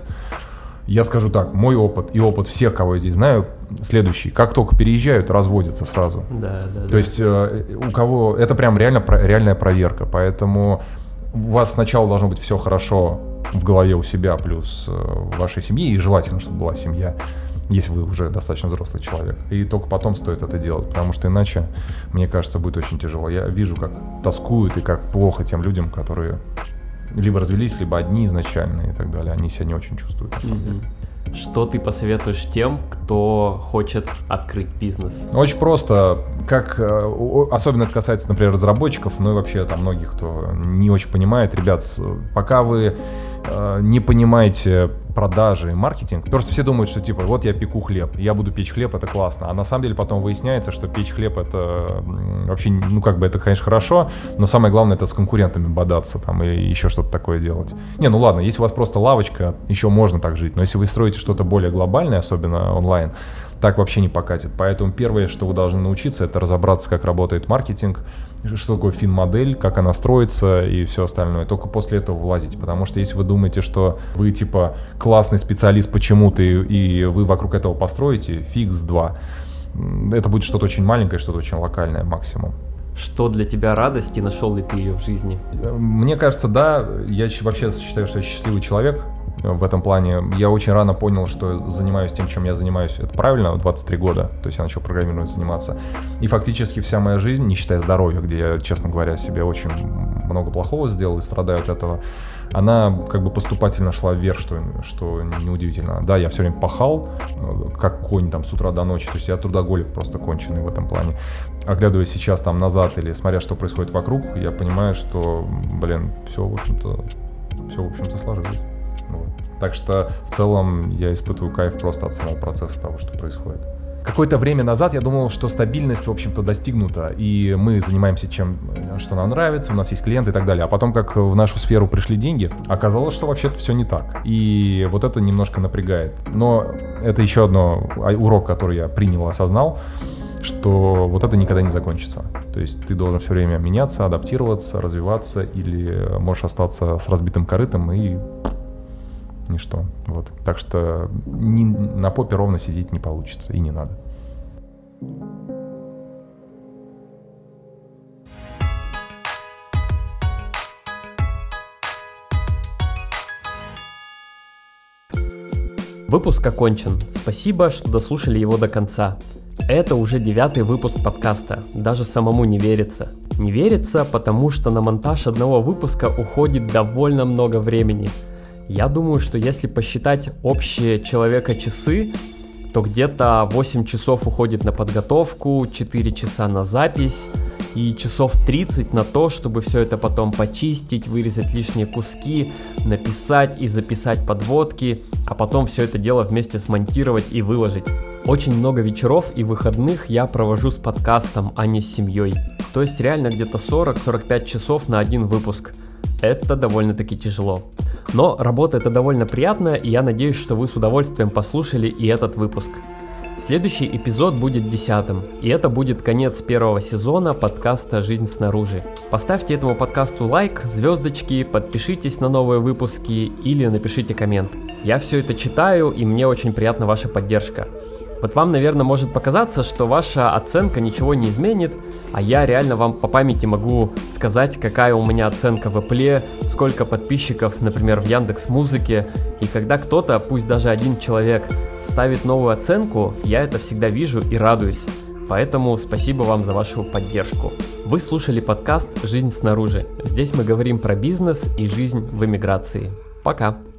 я скажу так, мой опыт и опыт всех, кого я здесь знаю, следующий. Как только переезжают, разводятся сразу. Да, да, То да. есть у кого... Это прям реально реальная проверка, поэтому у вас сначала должно быть все хорошо в голове у себя, плюс в вашей семье, и желательно, чтобы была семья, если вы уже достаточно взрослый человек. И только потом стоит это делать, потому что иначе, мне кажется, будет очень тяжело. Я вижу, как тоскуют и как плохо тем людям, которые либо развелись, либо одни изначально и так далее. Они себя не очень чувствуют, на самом деле. Что ты посоветуешь тем, кто хочет открыть бизнес? Очень просто. Как, особенно это касается, например, разработчиков, ну и вообще там многих, кто не очень понимает. Ребят, пока вы э, не понимаете продажи и маркетинг, просто все думают, что типа вот я пеку хлеб, я буду печь хлеб, это классно. А на самом деле потом выясняется, что печь хлеб это вообще, ну как бы это, конечно, хорошо, но самое главное это с конкурентами бодаться там или еще что-то такое делать. Не, ну ладно, если у вас просто лавочка, еще можно так жить, но если вы строите что-то более глобальное, особенно онлайн, так вообще не покатит. Поэтому первое, что вы должны научиться, это разобраться, как работает маркетинг, что такое фин-модель, как она строится и все остальное. Только после этого влазите. Потому что если вы думаете, что вы типа классный специалист почему-то и, и вы вокруг этого построите, фиг с два. Это будет что-то очень маленькое, что-то очень локальное максимум. Что для тебя радость и нашел ли ты ее в жизни? Мне кажется, да. Я вообще считаю, что я счастливый человек. В этом плане я очень рано понял, что занимаюсь тем, чем я занимаюсь. Это правильно, в двадцать три года. То есть я начал программированием заниматься. И фактически вся моя жизнь, не считая здоровья, где я, честно говоря, себе очень много плохого сделал и страдаю от этого, она как бы поступательно шла вверх, что, что неудивительно. Да, я все время пахал, как конь там с утра до ночи. То есть я трудоголик просто конченый в этом плане. Оглядываясь сейчас там назад или смотря, что происходит вокруг, я понимаю, что, блин, все, в общем-то, все, в общем-то, сложилось. Вот. Так что в целом я испытываю кайф просто от самого процесса того, что происходит. Какое-то время назад я думал, что стабильность, в общем-то, достигнута, и мы занимаемся чем, что нам нравится, у нас есть клиенты и так далее. А потом, как в нашу сферу пришли деньги, оказалось, что вообще-то все не так. И вот это немножко напрягает. Но это еще одно урок, который я принял и осознал, что вот это никогда не закончится. То есть ты должен все время меняться, адаптироваться, развиваться, или можешь остаться с разбитым корытом и ничто. Вот. Так что ни, на попе ровно сидеть не получится и не надо. Выпуск окончен. Спасибо, что дослушали его до конца. Это уже девятый выпуск подкаста. Даже самому не верится. Не верится, потому что на монтаж одного выпуска уходит довольно много времени. Я думаю, что если посчитать общие человека-часы, то где-то восемь часов уходит на подготовку, четыре часа на запись и часов тридцать на то, чтобы все это потом почистить, вырезать лишние куски, написать и записать подводки, а потом все это дело вместе смонтировать и выложить. Очень много вечеров и выходных я провожу с подкастом, а не с семьей. То есть реально где-то сорок-сорок пять часов на один выпуск. Это довольно-таки тяжело. Но работа это довольно приятная, и я надеюсь, что вы с удовольствием послушали и этот выпуск. Следующий эпизод будет десятым, и это будет конец первого сезона подкаста «Жизнь снаружи». Поставьте этому подкасту лайк, звездочки, подпишитесь на новые выпуски или напишите коммент. Я все это читаю, и мне очень приятна ваша поддержка. Вот вам, наверное, может показаться, что ваша оценка ничего не изменит, а я реально вам по памяти могу сказать, какая у меня оценка в Apple, сколько подписчиков, например, в Яндекс.Музыке. И когда кто-то, пусть даже один человек, ставит новую оценку, я это всегда вижу и радуюсь. Поэтому спасибо вам за вашу поддержку. Вы слушали подкаст «Жизнь снаружи». Здесь мы говорим про бизнес и жизнь в эмиграции. Пока!